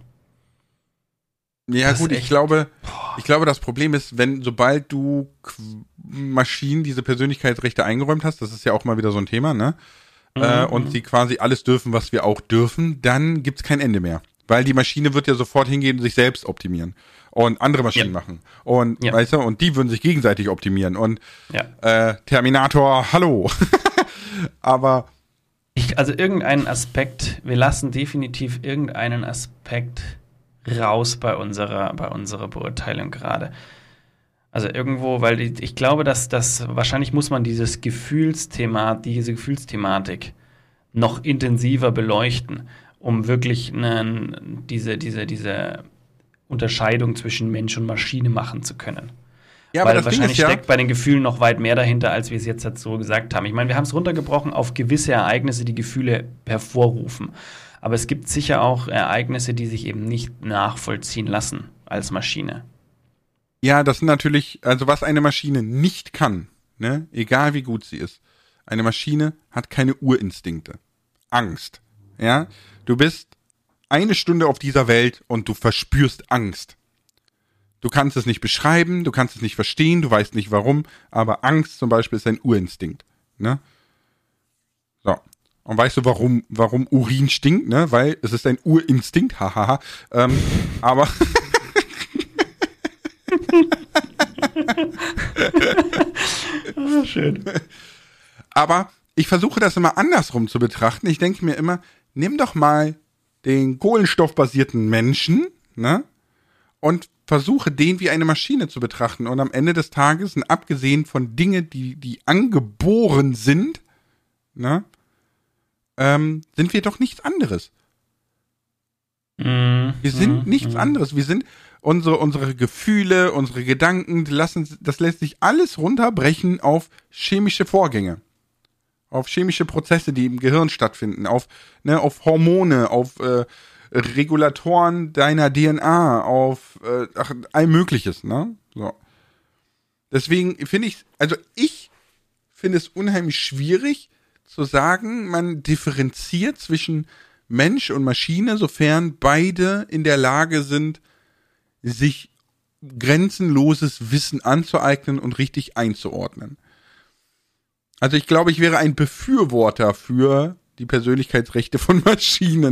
Ja das gut, ich glaube, ich glaube, das Problem ist, wenn sobald du Maschinen diese Persönlichkeitsrechte eingeräumt hast, das ist ja auch mal wieder so ein Thema, ne? Mhm. Äh, und sie quasi alles dürfen, was wir auch dürfen, dann gibt's kein Ende mehr. Weil die Maschine wird ja sofort hingehen und sich selbst optimieren. Und andere Maschinen ja. machen. Und, ja. weißt du, und die würden sich gegenseitig optimieren. Und ja. äh, Terminator, hallo. Aber ich, also irgendeinen Aspekt, wir lassen definitiv irgendeinen Aspekt raus bei unserer, bei unserer Beurteilung gerade. Also irgendwo, weil ich, ich glaube, dass das wahrscheinlich muss man dieses Gefühlsthema, diese Gefühlsthematik noch intensiver beleuchten, um wirklich einen, diese, diese, diese Unterscheidung zwischen Mensch und Maschine machen zu können. Ja, aber Weil das wahrscheinlich Ding ist, steckt ja, bei den Gefühlen noch weit mehr dahinter, als wir es jetzt halt so gesagt haben. Ich meine, wir haben es runtergebrochen auf gewisse Ereignisse, die Gefühle hervorrufen. Aber es gibt sicher auch Ereignisse, die sich eben nicht nachvollziehen lassen als Maschine. Ja, das sind natürlich, also was eine Maschine nicht kann, ne, egal wie gut sie ist, eine Maschine hat keine Urinstinkte. Angst, ja. Du bist eine Stunde auf dieser Welt und du verspürst Angst. Du kannst es nicht beschreiben, du kannst es nicht verstehen, du weißt nicht warum, aber Angst zum Beispiel ist ein Urinstinkt, ne? So. Und weißt du, warum, warum Urin stinkt, ne? Weil es ist ein Urinstinkt, hahaha. ähm, aber oh, schön. Aber ich versuche das immer andersrum zu betrachten. Ich denke mir immer, nimm doch mal den kohlenstoffbasierten Menschen, ne? Und versuche den wie eine Maschine zu betrachten. Und am Ende des Tages, und abgesehen von Dingen, die, die angeboren sind, ne, ähm, sind wir doch nichts anderes. Mm, wir sind mm, nichts mm. anderes. Wir sind unsere, unsere Gefühle, unsere Gedanken, die lassen, das lässt sich alles runterbrechen auf chemische Vorgänge. Auf chemische Prozesse, die im Gehirn stattfinden, auf, ne, auf Hormone, auf äh, Regulatoren deiner D N A, auf äh, ach, all Mögliches, ne? So. Deswegen finde ich, also ich finde es unheimlich schwierig zu sagen, man differenziert zwischen Mensch und Maschine, sofern beide in der Lage sind, sich grenzenloses Wissen anzueignen und richtig einzuordnen. Also ich glaube, ich wäre ein Befürworter für die Persönlichkeitsrechte von Maschinen.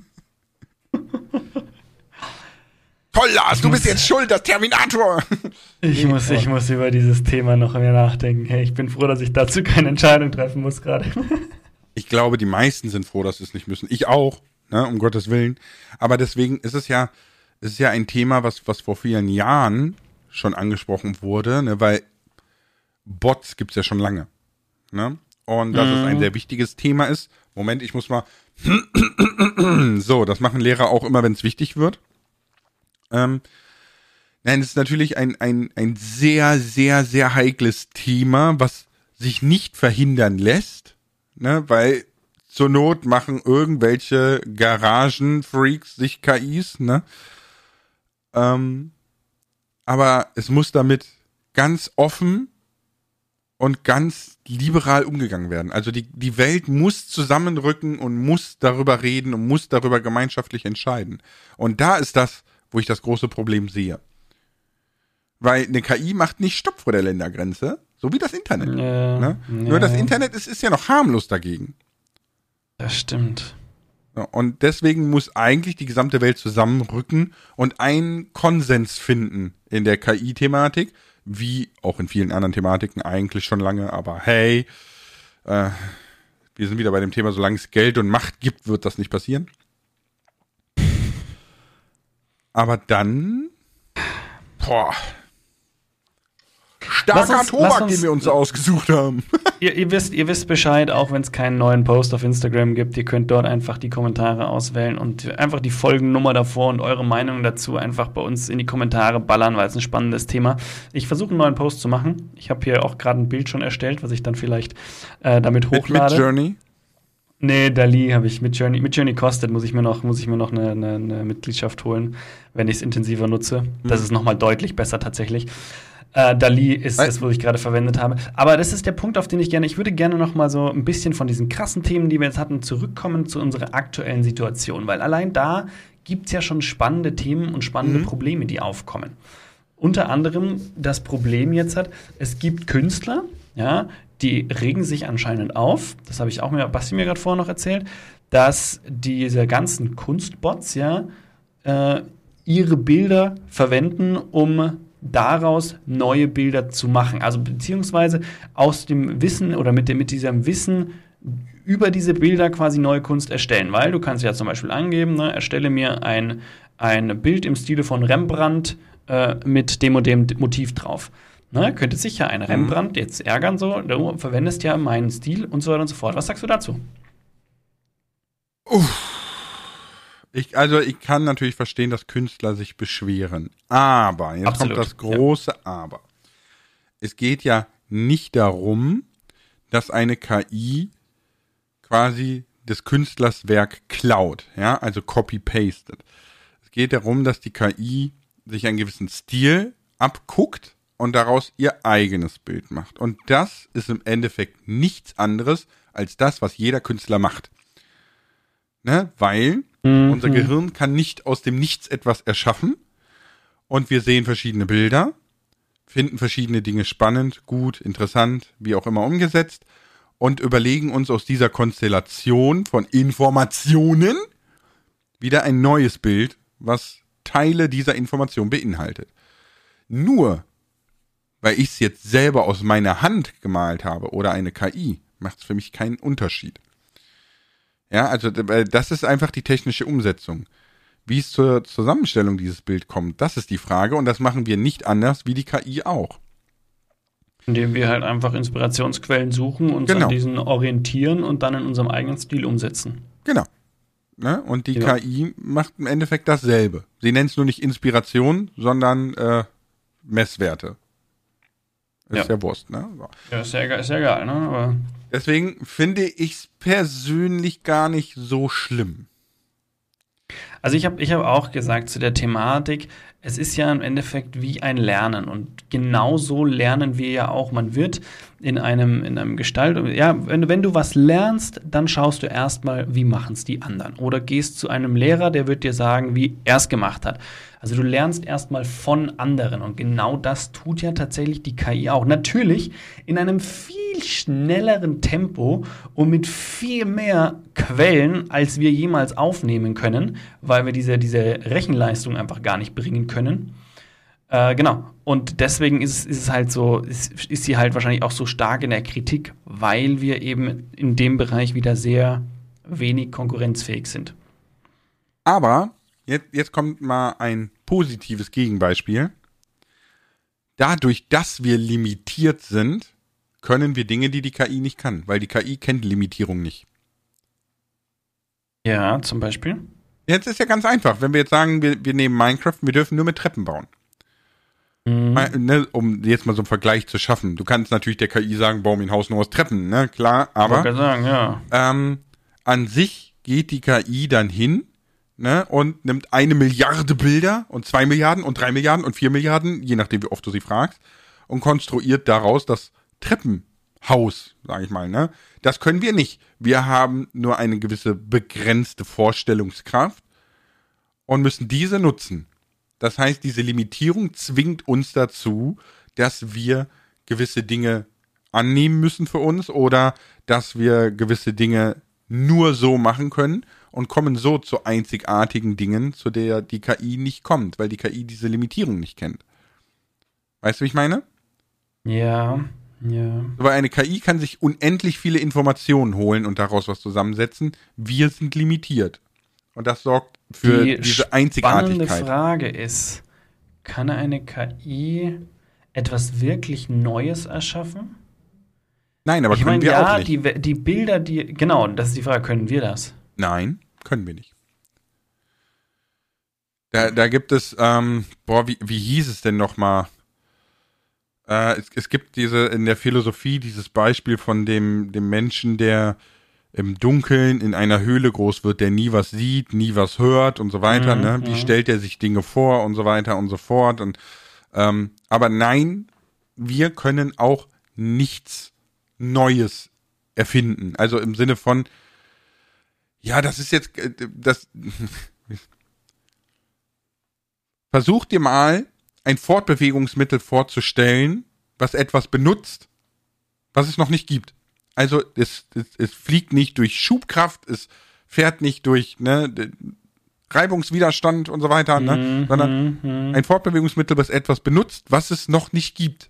Toll, Lars, du bist jetzt schuld, das Terminator. Ich muss, ich muss über dieses Thema noch mehr nachdenken. Hey, ich bin froh, dass ich dazu keine Entscheidung treffen muss gerade. Ich glaube, die meisten sind froh, dass sie es nicht müssen. Ich auch, ne, um Gottes Willen. Aber deswegen ist es ja, es ist ja ein Thema, was, was vor vielen Jahren schon angesprochen wurde, ne, weil Bots gibt's ja schon lange. Ne? Und dass mhm. es ein sehr wichtiges Thema ist. Moment, ich muss mal so, das machen Lehrer auch immer, wenn es wichtig wird. Ähm, nein, es ist natürlich ein, ein, ein sehr, sehr, sehr heikles Thema, was sich nicht verhindern lässt, ne, weil zur Not machen irgendwelche Garagenfreaks sich K Is, ne? Ähm, aber es muss damit ganz offen und ganz liberal umgegangen werden. Also die, die Welt muss zusammenrücken und muss darüber reden und muss darüber gemeinschaftlich entscheiden. Und da ist das, wo ich das große Problem sehe. Weil eine K I macht nicht Stopp vor der Ländergrenze, so wie das Internet. Ja, ne? ja. Nur das Internet ist, ist ja noch harmlos dagegen. Das stimmt. Ja, und deswegen muss eigentlich die gesamte Welt zusammenrücken und einen Konsens finden in der K I-Thematik, wie auch in vielen anderen Thematiken eigentlich schon lange, aber hey, äh, wir sind wieder bei dem Thema, solange es Geld und Macht gibt, wird das nicht passieren. Aber dann, boah, starker uns, Tobak, uns, den wir uns ausgesucht haben. Ihr, ihr, wisst, ihr wisst Bescheid, auch wenn es keinen neuen Post auf Instagram gibt. Ihr könnt dort einfach die Kommentare auswählen und einfach die Folgennummer davor und eure Meinung dazu einfach bei uns in die Kommentare ballern, weil es ein spannendes Thema. Ich versuche einen neuen Post zu machen. Ich habe hier auch gerade ein Bild schon erstellt, was ich dann vielleicht äh, damit hochlade. Mit, mit Journey? Nee, Dali habe ich mit Journey. Mit Journey kostet, muss ich mir noch, muss ich mir noch eine, eine, eine Mitgliedschaft holen, wenn ich es intensiver nutze. Mhm. Das ist nochmal deutlich besser tatsächlich. Äh, Dali ist das, was ich gerade verwendet habe. Aber das ist der Punkt, auf den ich gerne, ich würde gerne noch mal so ein bisschen von diesen krassen Themen, die wir jetzt hatten, zurückkommen zu unserer aktuellen Situation. Weil allein da gibt es ja schon spannende Themen und spannende mhm. Probleme, die aufkommen. Unter anderem das Problem jetzt hat, es gibt Künstler, ja, die regen sich anscheinend auf, das habe ich auch mir, Basti mir gerade vorher noch erzählt, dass diese ganzen Kunstbots ja äh, ihre Bilder verwenden, um daraus neue Bilder zu machen. Also beziehungsweise aus dem Wissen oder mit, dem, mit diesem Wissen über diese Bilder quasi neue Kunst erstellen. Weil du kannst ja zum Beispiel angeben, ne, erstelle mir ein, ein Bild im Stile von Rembrandt äh, mit dem und dem Motiv drauf. Ne, könnte sich ja ein Rembrandt jetzt ärgern, so, du verwendest ja meinen Stil und so weiter und so fort. Was sagst du dazu? Uff. Ich, also ich kann natürlich verstehen, dass Künstler sich beschweren. Aber, jetzt Absolut. kommt das große ja. Aber. Es geht ja nicht darum, dass eine K I quasi des Künstlers Werk klaut, ja, also copy-pastet. Es geht darum, dass die K I sich einen gewissen Stil abguckt und daraus ihr eigenes Bild macht. Und das ist im Endeffekt nichts anderes als das, was jeder Künstler macht. Ne? Weil mhm. unser Gehirn kann nicht aus dem Nichts etwas erschaffen und wir sehen verschiedene Bilder, finden verschiedene Dinge spannend, gut, interessant, wie auch immer umgesetzt und überlegen uns aus dieser Konstellation von Informationen wieder ein neues Bild, was Teile dieser Information beinhaltet. Nur, weil ich es jetzt selber aus meiner Hand gemalt habe oder eine K I, macht es für mich keinen Unterschied. Ja, also das ist einfach die technische Umsetzung. Wie es zur Zusammenstellung dieses Bild kommt, das ist die Frage und das machen wir nicht anders wie die K I auch. Indem wir halt einfach Inspirationsquellen suchen, uns genau. an diesen orientieren und dann in unserem eigenen Stil umsetzen. Genau. Ne? Und die ja. K I macht im Endeffekt dasselbe. Sie nennt es nur nicht Inspiration, sondern äh, Messwerte. Ist ja, ja Wurst, ne? So. Ja, ist ja, ist ja egal, ne? Aber deswegen finde ich es persönlich gar nicht so schlimm. Also ich habe ich hab auch gesagt zu der Thematik, es ist ja im Endeffekt wie ein Lernen und genau so lernen wir ja auch. Man wird in einem, in einem Gestalt, ja, wenn, wenn du was lernst, dann schaust du erstmal, wie machen es die anderen. Oder gehst zu einem Lehrer, der wird dir sagen, wie er es gemacht hat. Also du lernst erstmal von anderen und genau das tut ja tatsächlich die K I auch. Natürlich in einem viel schnelleren Tempo und mit viel mehr Quellen, als wir jemals aufnehmen können, weil wir diese, diese Rechenleistung einfach gar nicht bringen können. Äh, genau. Und deswegen ist, ist es halt so, ist, ist sie halt wahrscheinlich auch so stark in der Kritik, weil wir eben in dem Bereich wieder sehr wenig konkurrenzfähig sind. Aber Jetzt, jetzt kommt mal ein positives Gegenbeispiel. Dadurch, dass wir limitiert sind, können wir Dinge, die die K I nicht kann, weil die K I kennt Limitierung nicht. Ja, zum Beispiel? Jetzt ist ja ganz einfach. Wenn wir jetzt sagen, wir, wir nehmen Minecraft, wir dürfen nur mit Treppen bauen. Mhm. Ne, um jetzt mal so einen Vergleich zu schaffen. Du kannst natürlich der K I sagen, bau mir ein Haus nur aus Treppen, ne? Klar, aber. Ich wollte sagen, ja. Ähm, an sich geht die K I dann hin, ne, und nimmt eine Milliarde Bilder und zwei Milliarden und drei Milliarden und vier Milliarden, je nachdem, wie oft du sie fragst, und konstruiert daraus das Treppenhaus, sage ich mal, ne. Das können wir nicht. Wir haben nur eine gewisse begrenzte Vorstellungskraft und müssen diese nutzen. Das heißt, diese Limitierung zwingt uns dazu, dass wir gewisse Dinge annehmen müssen für uns oder dass wir gewisse Dinge nur so machen können und kommen so zu einzigartigen Dingen, zu der die K I nicht kommt, weil die K I diese Limitierung nicht kennt. Weißt du, wie ich meine? Ja, ja. Aber eine K I kann sich unendlich viele Informationen holen und daraus was zusammensetzen. Wir sind limitiert. Und das sorgt für die diese Einzigartigkeit. Die Frage ist, kann eine K I etwas wirklich Neues erschaffen? Nein, aber ich können meine, wir ja, auch nicht. Die, die Bilder, die, genau, das ist die Frage, können wir das? Nein, können wir nicht. Da, da gibt es, ähm, boah, wie, wie hieß es denn nochmal? Äh, es, es gibt diese, in der Philosophie dieses Beispiel von dem, dem Menschen, der im Dunkeln in einer Höhle groß wird, der nie was sieht, nie was hört und so weiter, Mhm, ne? Wie ja. stellt er sich Dinge vor und so weiter und so fort und, ähm, aber nein, wir können auch nichts Neues erfinden. Also im Sinne von, ja, das ist jetzt, äh, das, versuch dir mal ein Fortbewegungsmittel vorzustellen, was etwas benutzt, was es noch nicht gibt. Also es, es, es fliegt nicht durch Schubkraft, es fährt nicht durch ne, Reibungswiderstand und so weiter, ne, Mhm, sondern mhm. ein Fortbewegungsmittel, was etwas benutzt, was es noch nicht gibt.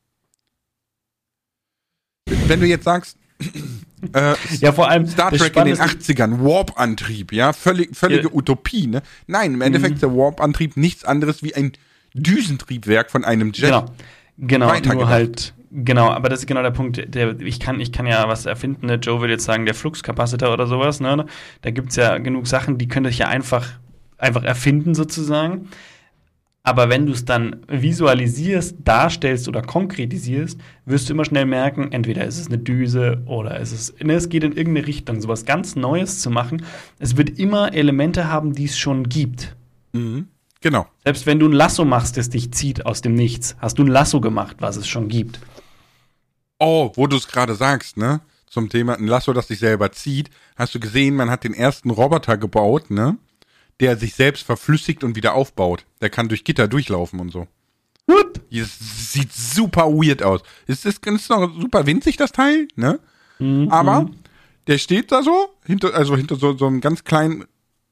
Wenn du jetzt sagst, äh, Ja, vor allem Star das Trek in den Spannende ist- achtzigern, Warp-Antrieb, ja, völlig, völlige Ja. Utopie, ne? Nein, im Endeffekt ist der Warp-Antrieb nichts anderes wie ein Düsentriebwerk von einem Jet. Genau, genau, Weitergedacht. nur halt, genau, aber das ist genau der Punkt, der, ich kann, ich kann ja was erfinden, ne? Joe will jetzt sagen, der Fluxkapazitor oder sowas, ne? Da gibt's ja genug Sachen, die könnte ich ja einfach, einfach erfinden sozusagen. Aber wenn du es dann visualisierst, darstellst oder konkretisierst, wirst du immer schnell merken, entweder ist es eine Düse oder ist es, ne, es geht in irgendeine Richtung, sowas ganz Neues zu machen. Es wird immer Elemente haben, die es schon gibt. Mhm. Genau. Selbst wenn du ein Lasso machst, das dich zieht aus dem Nichts, hast du ein Lasso gemacht, was es schon gibt. Oh, wo du es gerade sagst, ne? Zum Thema ein Lasso, das sich selber zieht. Hast du gesehen, man hat den ersten Roboter gebaut, ne? Der sich selbst verflüssigt und wieder aufbaut. Der kann durch Gitter durchlaufen und so. What? Das sieht super weird aus. Es ist, es ist noch super winzig, das Teil, ne? Mhm. Aber der steht da so, hinter, also hinter so, so einem ganz kleinen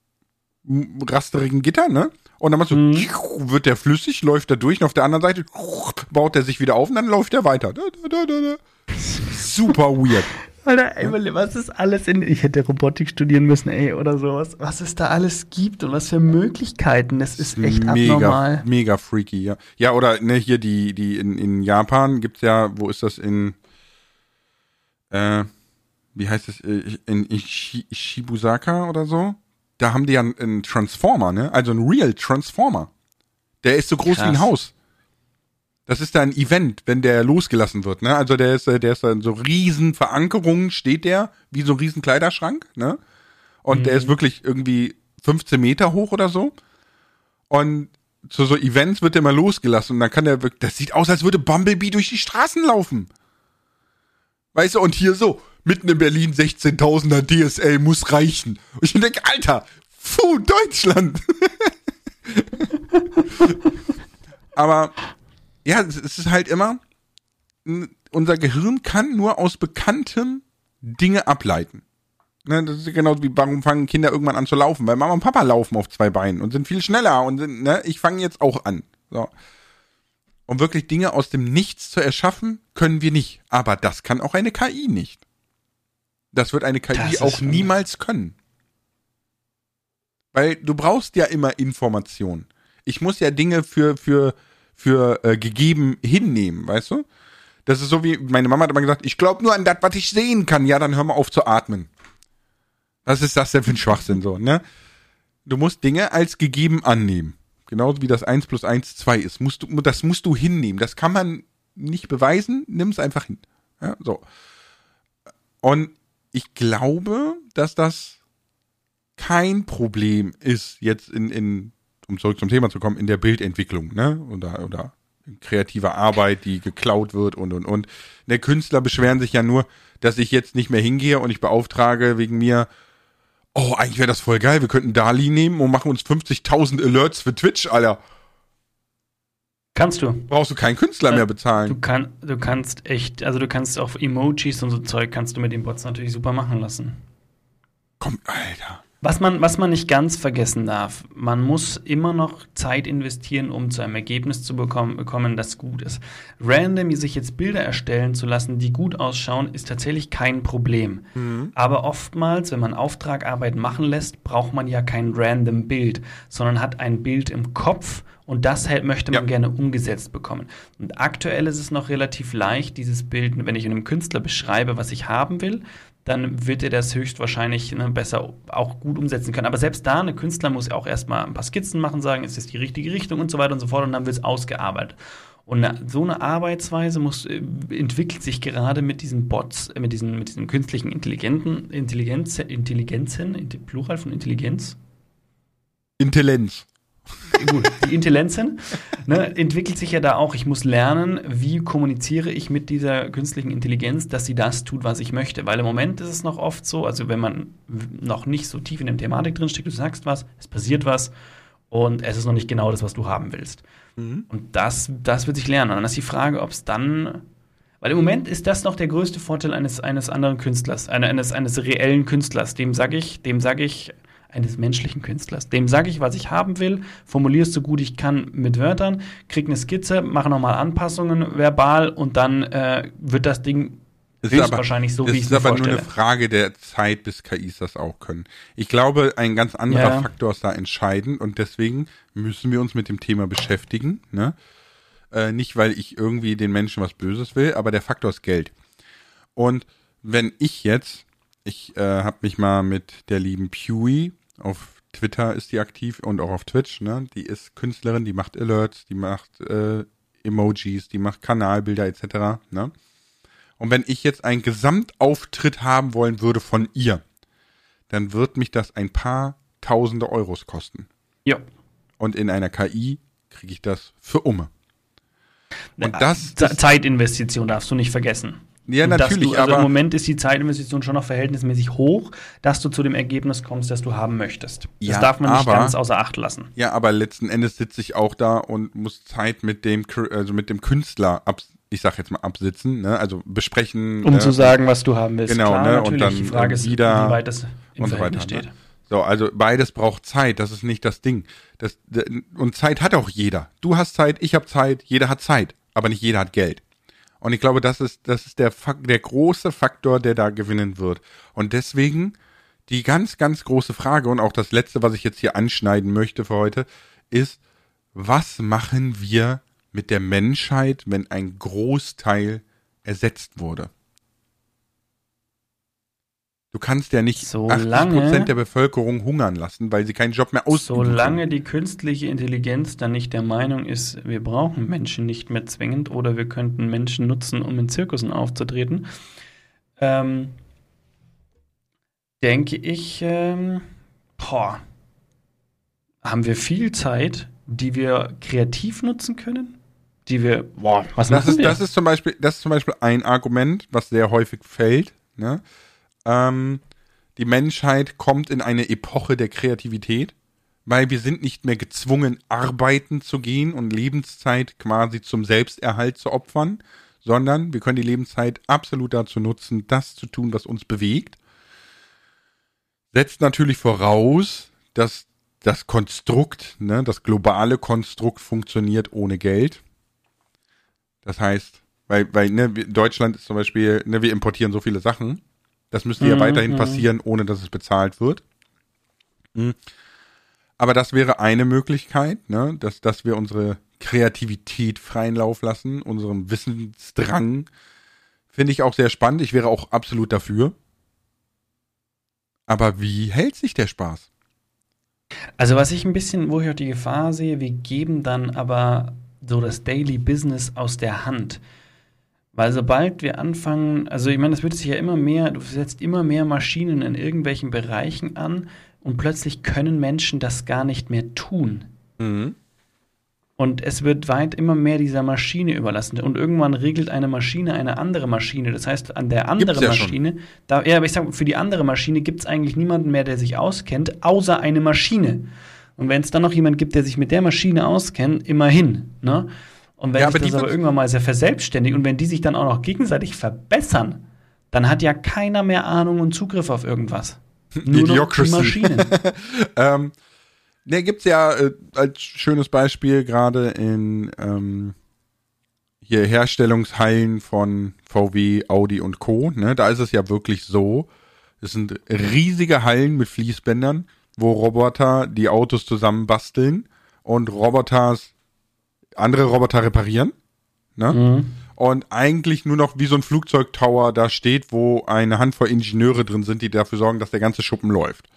m- rasterigen Gitter, ne? Und dann machst du, Mhm. wird der flüssig, läuft er durch und auf der anderen Seite baut er sich wieder auf und dann läuft er weiter. Da, da, da, da, da. Super weird. Alter, ey, was ist alles in. Ich hätte Robotik studieren müssen, ey, oder sowas. Was es da alles gibt und was für Möglichkeiten. Das ist echt mega, abnormal. mega freaky, ja. Ja, oder ne, hier die, die in, in Japan gibt's ja, wo ist das in, äh, wie heißt es, in, in Shi- Shibusaka oder so? Da haben die ja einen, einen Transformer, ne? Also einen Real Transformer. Der ist so groß Krass. wie ein Haus. Das ist da ein Event, wenn der losgelassen wird, ne? Also der ist, äh, der ist da in so riesen Verankerungen, steht der, wie so ein riesen Kleiderschrank, ne? Und der ist wirklich irgendwie fünfzehn Meter hoch oder so. Und zu so Events wird der mal losgelassen und dann kann der wirklich, das sieht aus, als würde Bumblebee durch die Straßen laufen. Weißt du, und hier so, mitten in Berlin sechzehntausender D S L muss reichen. Und ich denke, Alter, puh, Deutschland. Aber ja, es ist halt immer, n- unser Gehirn kann nur aus Bekanntem Dinge ableiten. Ne, das ist genau wie, warum fangen Kinder irgendwann an zu laufen? Weil Mama und Papa laufen auf zwei Beinen und sind viel schneller und sind, ne, ich fange jetzt auch an. So. Um wirklich Dinge aus dem Nichts zu erschaffen, können wir nicht. Aber das kann auch eine K I nicht. Das wird eine K I Das ist auch schon- niemals können. Weil du brauchst ja immer Information. Ich muss ja Dinge für, für, für äh, gegeben hinnehmen, weißt du? Das ist so wie, meine Mama hat immer gesagt, ich glaube nur an das, was ich sehen kann. Ja, dann hör mal auf zu atmen. Was ist das denn für ein Schwachsinn so, ne? Du musst Dinge als gegeben annehmen. Genauso wie das eins plus eins zwei ist. Musst du, das musst du hinnehmen. Das kann man nicht beweisen, nimm es einfach hin. Ja, so. Und ich glaube, dass das kein Problem ist, jetzt in, in, um zurück zum Thema zu kommen, in der Bildentwicklung, ne? Oder, oder kreative Arbeit, die geklaut wird und, und, und. Der Künstler beschweren sich ja nur, dass ich jetzt nicht mehr hingehe und ich beauftrage wegen mir, oh, eigentlich wäre das voll geil, wir könnten Dali nehmen und machen uns fünfzigtausend Alerts für Twitch, Alter. Kannst du. Brauchst du keinen Künstler mehr bezahlen. Du, kann, du kannst echt, also du kannst auch Emojis und so Zeug kannst du mit den Bots natürlich super machen lassen. Komm, Alter. Was man, was man nicht ganz vergessen darf, man muss immer noch Zeit investieren, um zu einem Ergebnis zu bekommen, bekommen, das gut ist. Random sich jetzt Bilder erstellen zu lassen, die gut ausschauen, ist tatsächlich kein Problem. Mhm. Aber oftmals, wenn man Auftragarbeit machen lässt, braucht man ja kein random Bild, sondern hat ein Bild im Kopf und das halt möchte man ja gerne umgesetzt bekommen. Und aktuell ist es noch relativ leicht, dieses Bild, wenn ich einem Künstler beschreibe, was ich haben will, dann wird er das höchstwahrscheinlich ne, besser auch gut umsetzen können. Aber selbst da, ein Künstler muss ja auch erstmal ein paar Skizzen machen, sagen, ist das die richtige Richtung und so weiter und so fort und dann wird es ausgearbeitet. Und na, so eine Arbeitsweise muss, äh, entwickelt sich gerade mit diesen Bots, äh, mit diesen, mit diesen künstlichen Intelligenten, Intelligenz, Intelligenzen, Int- Plural von Intelligenz? Intelligenz. Gut, die Intelligenzen ne, entwickelt sich ja da auch. Ich muss lernen, wie kommuniziere ich mit dieser künstlichen Intelligenz, dass sie das tut, was ich möchte. Weil im Moment ist es noch oft so, also wenn man noch nicht so tief in der Thematik drinsteckt, du sagst was, es passiert was und es ist noch nicht genau das, was du haben willst. Mhm. Und das, das wird sich lernen. Und dann ist die Frage, ob es dann, weil im Moment ist das noch der größte Vorteil eines, eines anderen Künstlers, eines, eines reellen Künstlers. Dem sage ich, dem sage ich, eines menschlichen Künstlers. Dem sage ich, was ich haben will, formuliere es so gut ich kann mit Wörtern, kriege eine Skizze, mache nochmal Anpassungen verbal und dann äh, wird das Ding höchstwahrscheinlich so, wie ich es mir vorstelle. Das ist aber nur eine Frage der Zeit, bis K Is das auch können. Ich glaube, ein ganz anderer ja. Faktor ist da entscheidend und deswegen müssen wir uns mit dem Thema beschäftigen. Ne? Äh, nicht, weil ich irgendwie den Menschen was Böses will, aber der Faktor ist Geld. Und wenn ich jetzt Ich äh, habe mich mal mit der lieben Pewee, auf Twitter ist die aktiv und auch auf Twitch, ne? Die ist Künstlerin, die macht Alerts, die macht äh, Emojis, die macht Kanalbilder et cetera. Ne? Und wenn ich jetzt einen Gesamtauftritt haben wollen würde von ihr, dann wird mich das ein paar tausende Euros kosten. Ja. Und in einer K I kriege ich das für Umme. Und das Zeitinvestition darfst du nicht vergessen. Ja, natürlich, du, also aber im Moment ist die Zeitinvestition schon noch verhältnismäßig hoch, dass du zu dem Ergebnis kommst, das du haben möchtest. Das ja, darf man nicht aber, ganz außer Acht lassen. Ja, aber letzten Endes sitze ich auch da und muss Zeit mit dem, also mit dem Künstler ab, ich sag jetzt mal absitzen, ne? Also besprechen. Um ne? zu sagen, was du haben willst. Genau, Klar, ne? Natürlich. Und dann die Frage ist, wieder wie weit das im und so Verhältnis weiter, steht. Ne? So, also beides braucht Zeit, das ist nicht das Ding. Das, und Zeit hat auch jeder. Du hast Zeit, ich habe Zeit, jeder hat Zeit, aber nicht jeder hat Geld. Und ich glaube, das ist, das ist der, der große Faktor, der da gewinnen wird. Und deswegen die ganz, ganz große Frage und auch das Letzte, was ich jetzt hier anschneiden möchte für heute, ist, was machen wir mit der Menschheit, wenn ein Großteil ersetzt wurde? Du kannst ja nicht solange, achtzig Prozent der Bevölkerung hungern lassen, weil sie keinen Job mehr ausüben können. Solange die künstliche Intelligenz dann nicht der Meinung ist, wir brauchen Menschen nicht mehr zwingend oder wir könnten Menschen nutzen, um in Zirkussen aufzutreten, ähm, denke ich, ähm, boah, haben wir viel Zeit, die wir kreativ nutzen können? Die wir, boah, was das machen ist, wir? Das ist zum Beispiel, das ist zum Beispiel ein Argument, was sehr häufig fällt, ne? Ähm, die Menschheit kommt in eine Epoche der Kreativität, weil wir sind nicht mehr gezwungen, arbeiten zu gehen und Lebenszeit quasi zum Selbsterhalt zu opfern, sondern wir können die Lebenszeit absolut dazu nutzen, das zu tun, was uns bewegt. Setzt natürlich voraus, dass das Konstrukt, ne, das globale Konstrukt funktioniert ohne Geld. Das heißt, weil, weil ne, Deutschland ist zum Beispiel, ne, wir importieren so viele Sachen. Das müsste mhm, ja weiterhin passieren, ohne dass es bezahlt wird. Mhm. Aber das wäre eine Möglichkeit, ne, dass, dass wir unsere Kreativität freien Lauf lassen, unserem Wissensdrang. Finde ich auch sehr spannend. Ich wäre auch absolut dafür. Aber wie hält sich der Spaß? Also was ich ein bisschen, wo ich auch die Gefahr sehe, wir geben dann aber so das Daily Business aus der Hand. Weil sobald wir anfangen, also ich meine, das wird sich ja immer mehr, du setzt immer mehr Maschinen in irgendwelchen Bereichen an und plötzlich können Menschen das gar nicht mehr tun. Mhm. Und es wird weit immer mehr dieser Maschine überlassen. Und irgendwann regelt eine Maschine eine andere Maschine. Das heißt, an der anderen ja Maschine, da, ja, aber ich sage, für die andere Maschine gibt es eigentlich niemanden mehr, der sich auskennt, außer eine Maschine. Und wenn es dann noch jemand gibt, der sich mit der Maschine auskennt, immerhin. Ne? Und wenn Ja, sich aber das die aber wird- irgendwann mal sehr verselbstständigt und wenn die sich dann auch noch gegenseitig verbessern, dann hat ja keiner mehr Ahnung und Zugriff auf irgendwas. Nur noch die Idiocracy. Maschinen. ähm, ne, gibt's ja äh, als schönes Beispiel gerade in ähm, hier Herstellungshallen von V W, Audi und Co. Ne, da ist es ja wirklich so, es sind riesige Hallen mit Fließbändern, wo Roboter die Autos zusammenbasteln und Roboters andere Roboter reparieren. Ne? Mhm. Und eigentlich nur noch wie so ein Flugzeugtower da steht, wo eine Handvoll Ingenieure drin sind, die dafür sorgen, dass der ganze Schuppen läuft.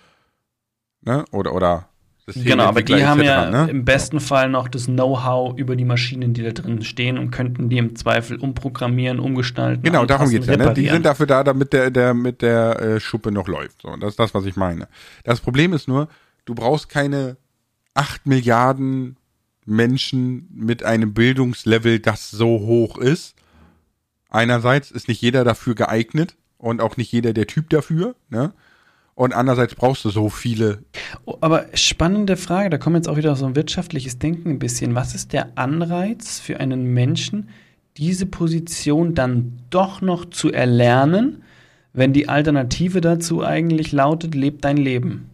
Ne? Oder, oder Genau, aber die Systementwickler haben et cetera, ja ne? im besten Fall noch das Know-how über die Maschinen, die da drin stehen und könnten die im Zweifel umprogrammieren, umgestalten. Genau, darum anpassen, geht's ja. Ne? Die reparieren. sind dafür da, damit der, der mit der äh, Schuppe noch läuft. So, das ist das, was ich meine. Das Problem ist nur, du brauchst keine acht Milliarden Menschen mit einem Bildungslevel, das so hoch ist. Einerseits ist nicht jeder dafür geeignet und auch nicht jeder der Typ dafür, ne? Und andererseits brauchst du so viele. Oh, aber spannende Frage, da kommt jetzt auch wieder so ein wirtschaftliches Denken ein bisschen. Was ist der Anreiz für einen Menschen, diese Position dann doch noch zu erlernen, wenn die Alternative dazu eigentlich lautet, leb dein Leben?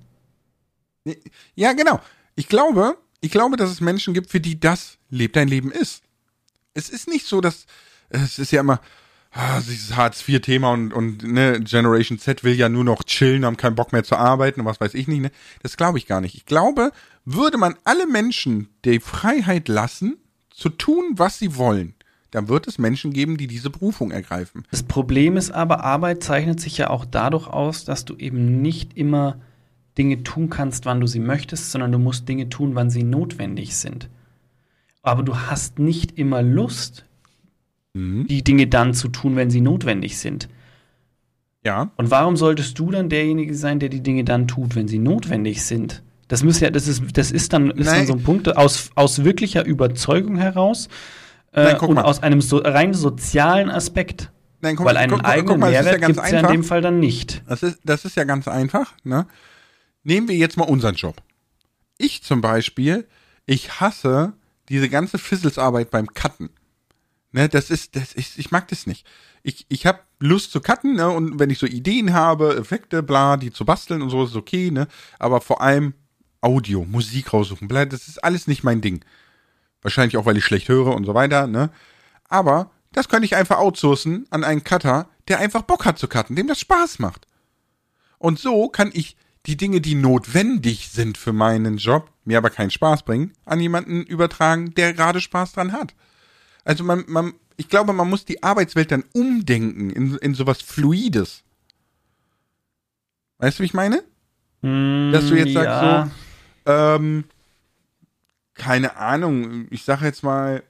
Ja, genau. Ich glaube, ich glaube, dass es Menschen gibt, für die das Leb dein Leben ist. Es ist nicht so, dass es ist ja immer ah, dieses Hartz vier Thema und, und ne, Generation Z will ja nur noch chillen, haben keinen Bock mehr zu arbeiten und was weiß ich nicht. Ne? Das glaube ich gar nicht. Ich glaube, würde man alle Menschen die Freiheit lassen, zu tun, was sie wollen, dann wird es Menschen geben, die diese Berufung ergreifen. Das Problem ist aber, Arbeit zeichnet sich ja auch dadurch aus, dass du eben nicht immer Dinge tun kannst, wann du sie möchtest, sondern du musst Dinge tun, wann sie notwendig sind. Aber du hast nicht immer Lust, Mhm. die Dinge dann zu tun, wenn sie notwendig sind. Ja. Und warum solltest du dann derjenige sein, der die Dinge dann tut, wenn sie notwendig sind? Das muss ja, das ist, das ist dann, ist dann so ein Punkt aus, aus wirklicher Überzeugung heraus äh, Nein, guck und mal. aus einem so, rein sozialen Aspekt. Nein, guck, Weil einen guck, guck, eigenen guck mal, das ist ja Mehrwert ganz gibt es ja in einfach. dem Fall dann nicht. Das ist, das ist ja ganz einfach. Ne? Nehmen wir jetzt mal unseren Job. Ich zum Beispiel, ich hasse diese ganze Fizzles-Arbeit beim Cutten. Ne, das ist, das ist, ich mag das nicht. Ich, ich habe Lust zu cutten, ne, und wenn ich so Ideen habe, Effekte, bla, die zu basteln und so, ist okay, ne, aber vor allem Audio, Musik raussuchen, bla, das ist alles nicht mein Ding. Wahrscheinlich auch, weil ich schlecht höre und so weiter, ne, aber das könnte ich einfach outsourcen an einen Cutter, der einfach Bock hat zu cutten, dem das Spaß macht. Und so kann ich die Dinge, die notwendig sind für meinen Job, mir aber keinen Spaß bringen, an jemanden übertragen, der gerade Spaß dran hat. Also man, man, ich glaube, man muss die Arbeitswelt dann umdenken in, in sowas Fluides. Weißt du, wie ich meine? Dass du jetzt sagst ja. so, ähm, keine Ahnung, ich sage jetzt mal,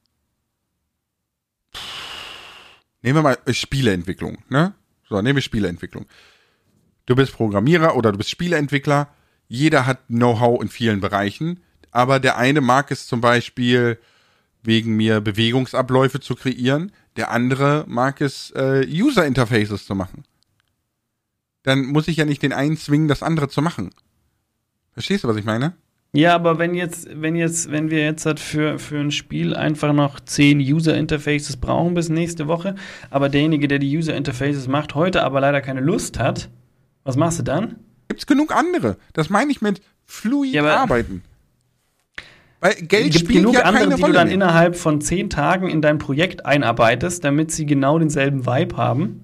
nehmen wir mal Spieleentwicklung, ne? So, nehmen wir Spieleentwicklung. Du bist Programmierer oder du bist Spieleentwickler, jeder hat Know-how in vielen Bereichen, aber der eine mag es zum Beispiel wegen mir Bewegungsabläufe zu kreieren, der andere mag es, äh, User-Interfaces zu machen. Dann muss ich ja nicht den einen zwingen, das andere zu machen. Verstehst du, was ich meine? Ja, aber wenn jetzt, wenn jetzt, wenn wir jetzt halt für, für ein Spiel einfach noch zehn User-Interfaces brauchen bis nächste Woche, aber derjenige, der die User-Interfaces macht, heute aber leider keine Lust hat, was machst du dann? Gibt's genug andere. Das meine ich mit fluid Ja, aber- arbeiten. Weil Geld Es gibt spielt genug ja andere, keine die Rolle du dann mehr. innerhalb von zehn Tagen in dein Projekt einarbeitest, damit sie genau denselben Vibe haben.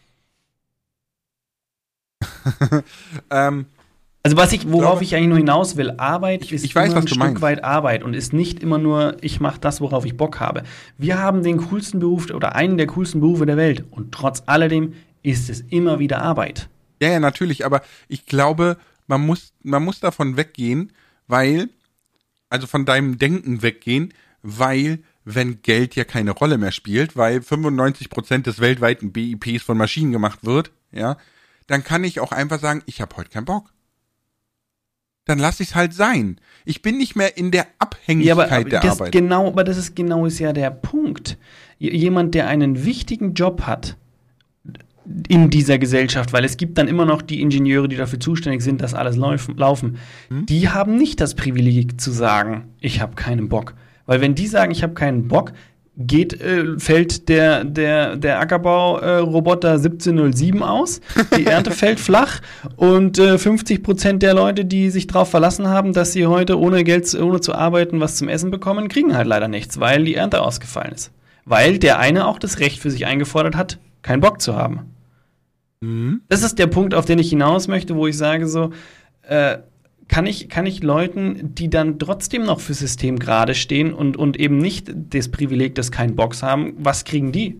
ähm, Also was ich, worauf glaube- ich eigentlich nur hinaus will, Arbeit Ich- ist ich weiß, immer was ein du Stück meinst. weit Arbeit und ist nicht immer nur, ich mache das, worauf ich Bock habe. Wir haben den coolsten Beruf oder einen der coolsten Berufe der Welt und trotz alledem ist es immer wieder Arbeit. ja, ja, natürlich, aber ich glaube, man muss, man muss davon weggehen, weil, also von deinem Denken weggehen, weil wenn Geld ja keine Rolle mehr spielt, weil fünfundneunzig Prozent des weltweiten B I Ps von Maschinen gemacht wird, ja, dann kann ich auch einfach sagen, ich habe heute keinen Bock. Dann lasse ich es halt sein. Ich bin nicht mehr in der Abhängigkeit ja, aber, aber der das Arbeit. Genau, aber das ist genau ist ja der Punkt. J- Jemand, der einen wichtigen Job hat in dieser Gesellschaft, weil es gibt dann immer noch die Ingenieure, die dafür zuständig sind, dass alles lauf, laufen, Hm? die haben nicht das Privileg zu sagen, ich habe keinen Bock. Weil wenn die sagen, ich habe keinen Bock, geht, äh, fällt der, der, der Ackerbau-Roboter äh, siebzehn null sieben aus, die Ernte fällt flach und äh, fünfzig Prozent der Leute, die sich darauf verlassen haben, dass sie heute ohne Geld, ohne zu arbeiten, was zum Essen bekommen, kriegen halt leider nichts, weil die Ernte ausgefallen ist. Weil der eine auch das Recht für sich eingefordert hat, keinen Bock zu haben. Mhm. Das ist der Punkt, auf den ich hinaus möchte, wo ich sage so, äh, kann ich, kann ich Leuten, die dann trotzdem noch fürs System gerade stehen und, und eben nicht das Privileg, dass keinen Box haben, was kriegen die?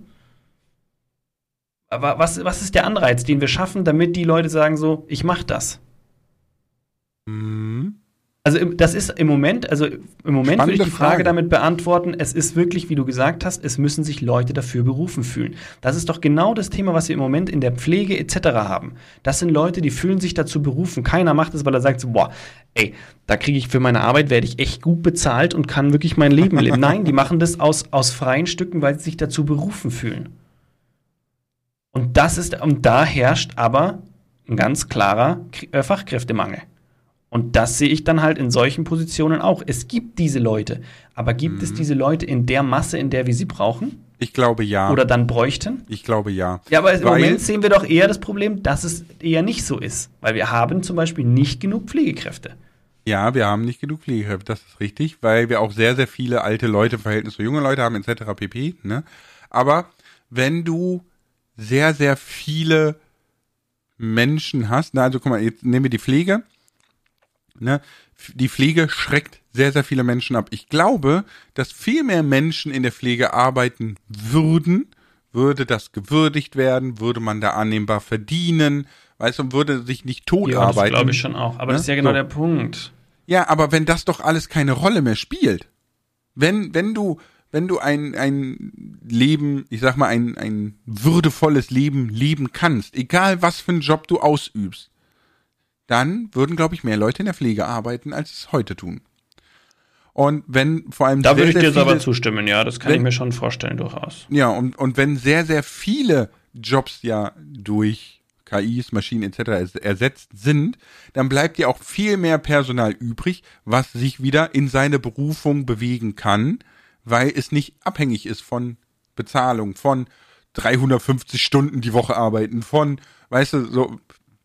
Aber was, was ist der Anreiz, den wir schaffen, damit die Leute sagen so, ich mach das? Mhm. Also im- das ist im Moment, also im Moment würde ich Spannende die Frage Frage. damit beantworten, es ist wirklich, wie du gesagt hast, es müssen sich Leute dafür berufen fühlen. Das ist doch genau das Thema, was wir im Moment in der Pflege et cetera haben. Das sind Leute, die fühlen sich dazu berufen. Keiner macht es, weil er sagt so, boah, ey, da kriege ich für meine Arbeit, werde ich echt gut bezahlt und kann wirklich mein Leben leben. Nein, die machen das aus, aus freien Stücken, weil sie sich dazu berufen fühlen. Und das ist, und da herrscht aber ein ganz klarer K- äh, Fachkräftemangel. Und das sehe ich dann halt in solchen Positionen auch. Es gibt diese Leute, aber gibt es diese Leute in der Masse, in der wir sie brauchen Ich glaube ja. oder dann bräuchten? ich glaube ja. Ja, aber im Weil- Moment sehen wir doch eher das Problem, dass es eher nicht so ist. Weil wir haben zum Beispiel nicht genug Pflegekräfte. Ja, wir haben nicht genug Pflegekräfte, das ist richtig, weil wir auch sehr, sehr viele alte Leute im Verhältnis zu junge Leute haben, et cetera pp. Ne? Aber wenn du sehr, sehr viele Menschen hast, na, also guck mal, jetzt nehmen wir die Pflege, ne? Die Pflege schreckt sehr, sehr viele Menschen ab. Ich glaube, dass viel mehr Menschen in der Pflege arbeiten würden, würde das gewürdigt werden, würde man da annehmbar verdienen, weißt du, würde sich nicht tot Ja, das arbeiten. glaube ich schon auch. Aber Ne? das ist ja genau So. der Punkt. Ja, aber wenn das doch alles keine Rolle mehr spielt, wenn, wenn du, wenn du ein, ein Leben, ich sag mal, ein, ein würdevolles Leben leben kannst, egal was für einen Job du ausübst, dann würden, glaube ich, mehr Leute in der Pflege arbeiten, als es heute tun. Und wenn vor allem Da sehr, würde ich sehr dir jetzt viele, aber zustimmen, ja, das kann Wenn- ich mir schon vorstellen, durchaus. ja, und, und wenn sehr, sehr viele Jobs ja durch K Is, Maschinen et cetera es- ersetzt sind, dann bleibt ja auch viel mehr Personal übrig, was sich wieder in seine Berufung bewegen kann, weil es nicht abhängig ist von Bezahlung, von dreihundertfünfzig Stunden die Woche arbeiten, von, weißt du, so,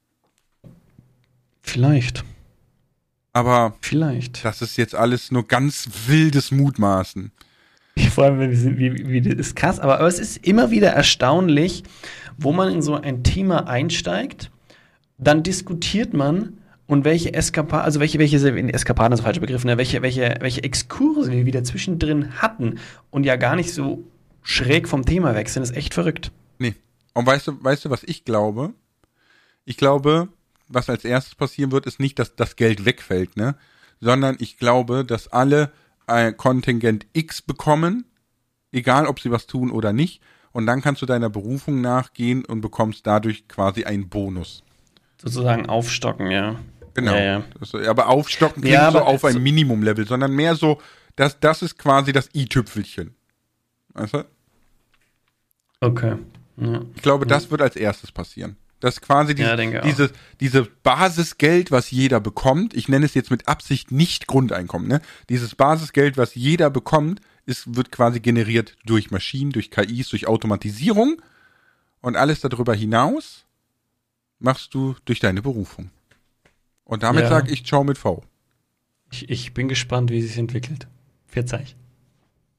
Vielleicht. aber Vielleicht. das ist jetzt alles nur ganz wildes Mutmaßen. Vor allem, wenn wir sind, wie, wie, das ist krass, aber, aber es ist immer wieder erstaunlich, wo man in so ein Thema einsteigt, dann diskutiert man und welche Eskapaden, also welche, welche, Eskapaden ist der falsche Begriff, ne? welche, welche, welche Exkurse wir wieder zwischendrin hatten und ja gar nicht so schräg vom Thema weg sind, ist echt verrückt. Nee. Und weißt du, weißt du, was ich glaube? Ich glaube, was als erstes passieren wird, ist nicht, dass das Geld wegfällt, ne? Sondern ich glaube, dass alle äh, Kontingent X bekommen, egal ob sie was tun oder nicht. Und dann kannst du deiner Berufung nachgehen und bekommst dadurch quasi einen Bonus. Sozusagen aufstocken, ja. Genau. Ja, ja. Das, aber aufstocken klingt Ja, so aber auf ein so- Minimum-Level, sondern mehr so, dass das ist quasi das i-Tüpfelchen. Weißt du? Okay. Ja. Ich glaube, das wird als erstes passieren. Das quasi Ja, diese, denke auch. diese, diese Basisgeld, was jeder bekommt, ich nenne es jetzt mit Absicht nicht Grundeinkommen, ne? Dieses Basisgeld, was jeder bekommt, ist, wird quasi generiert durch Maschinen, durch K Is, durch Automatisierung und alles darüber hinaus machst du durch deine Berufung. Und damit Ja. sage ich Ciao mit V. Ich, ich bin gespannt, wie es sich entwickelt. Verzeih.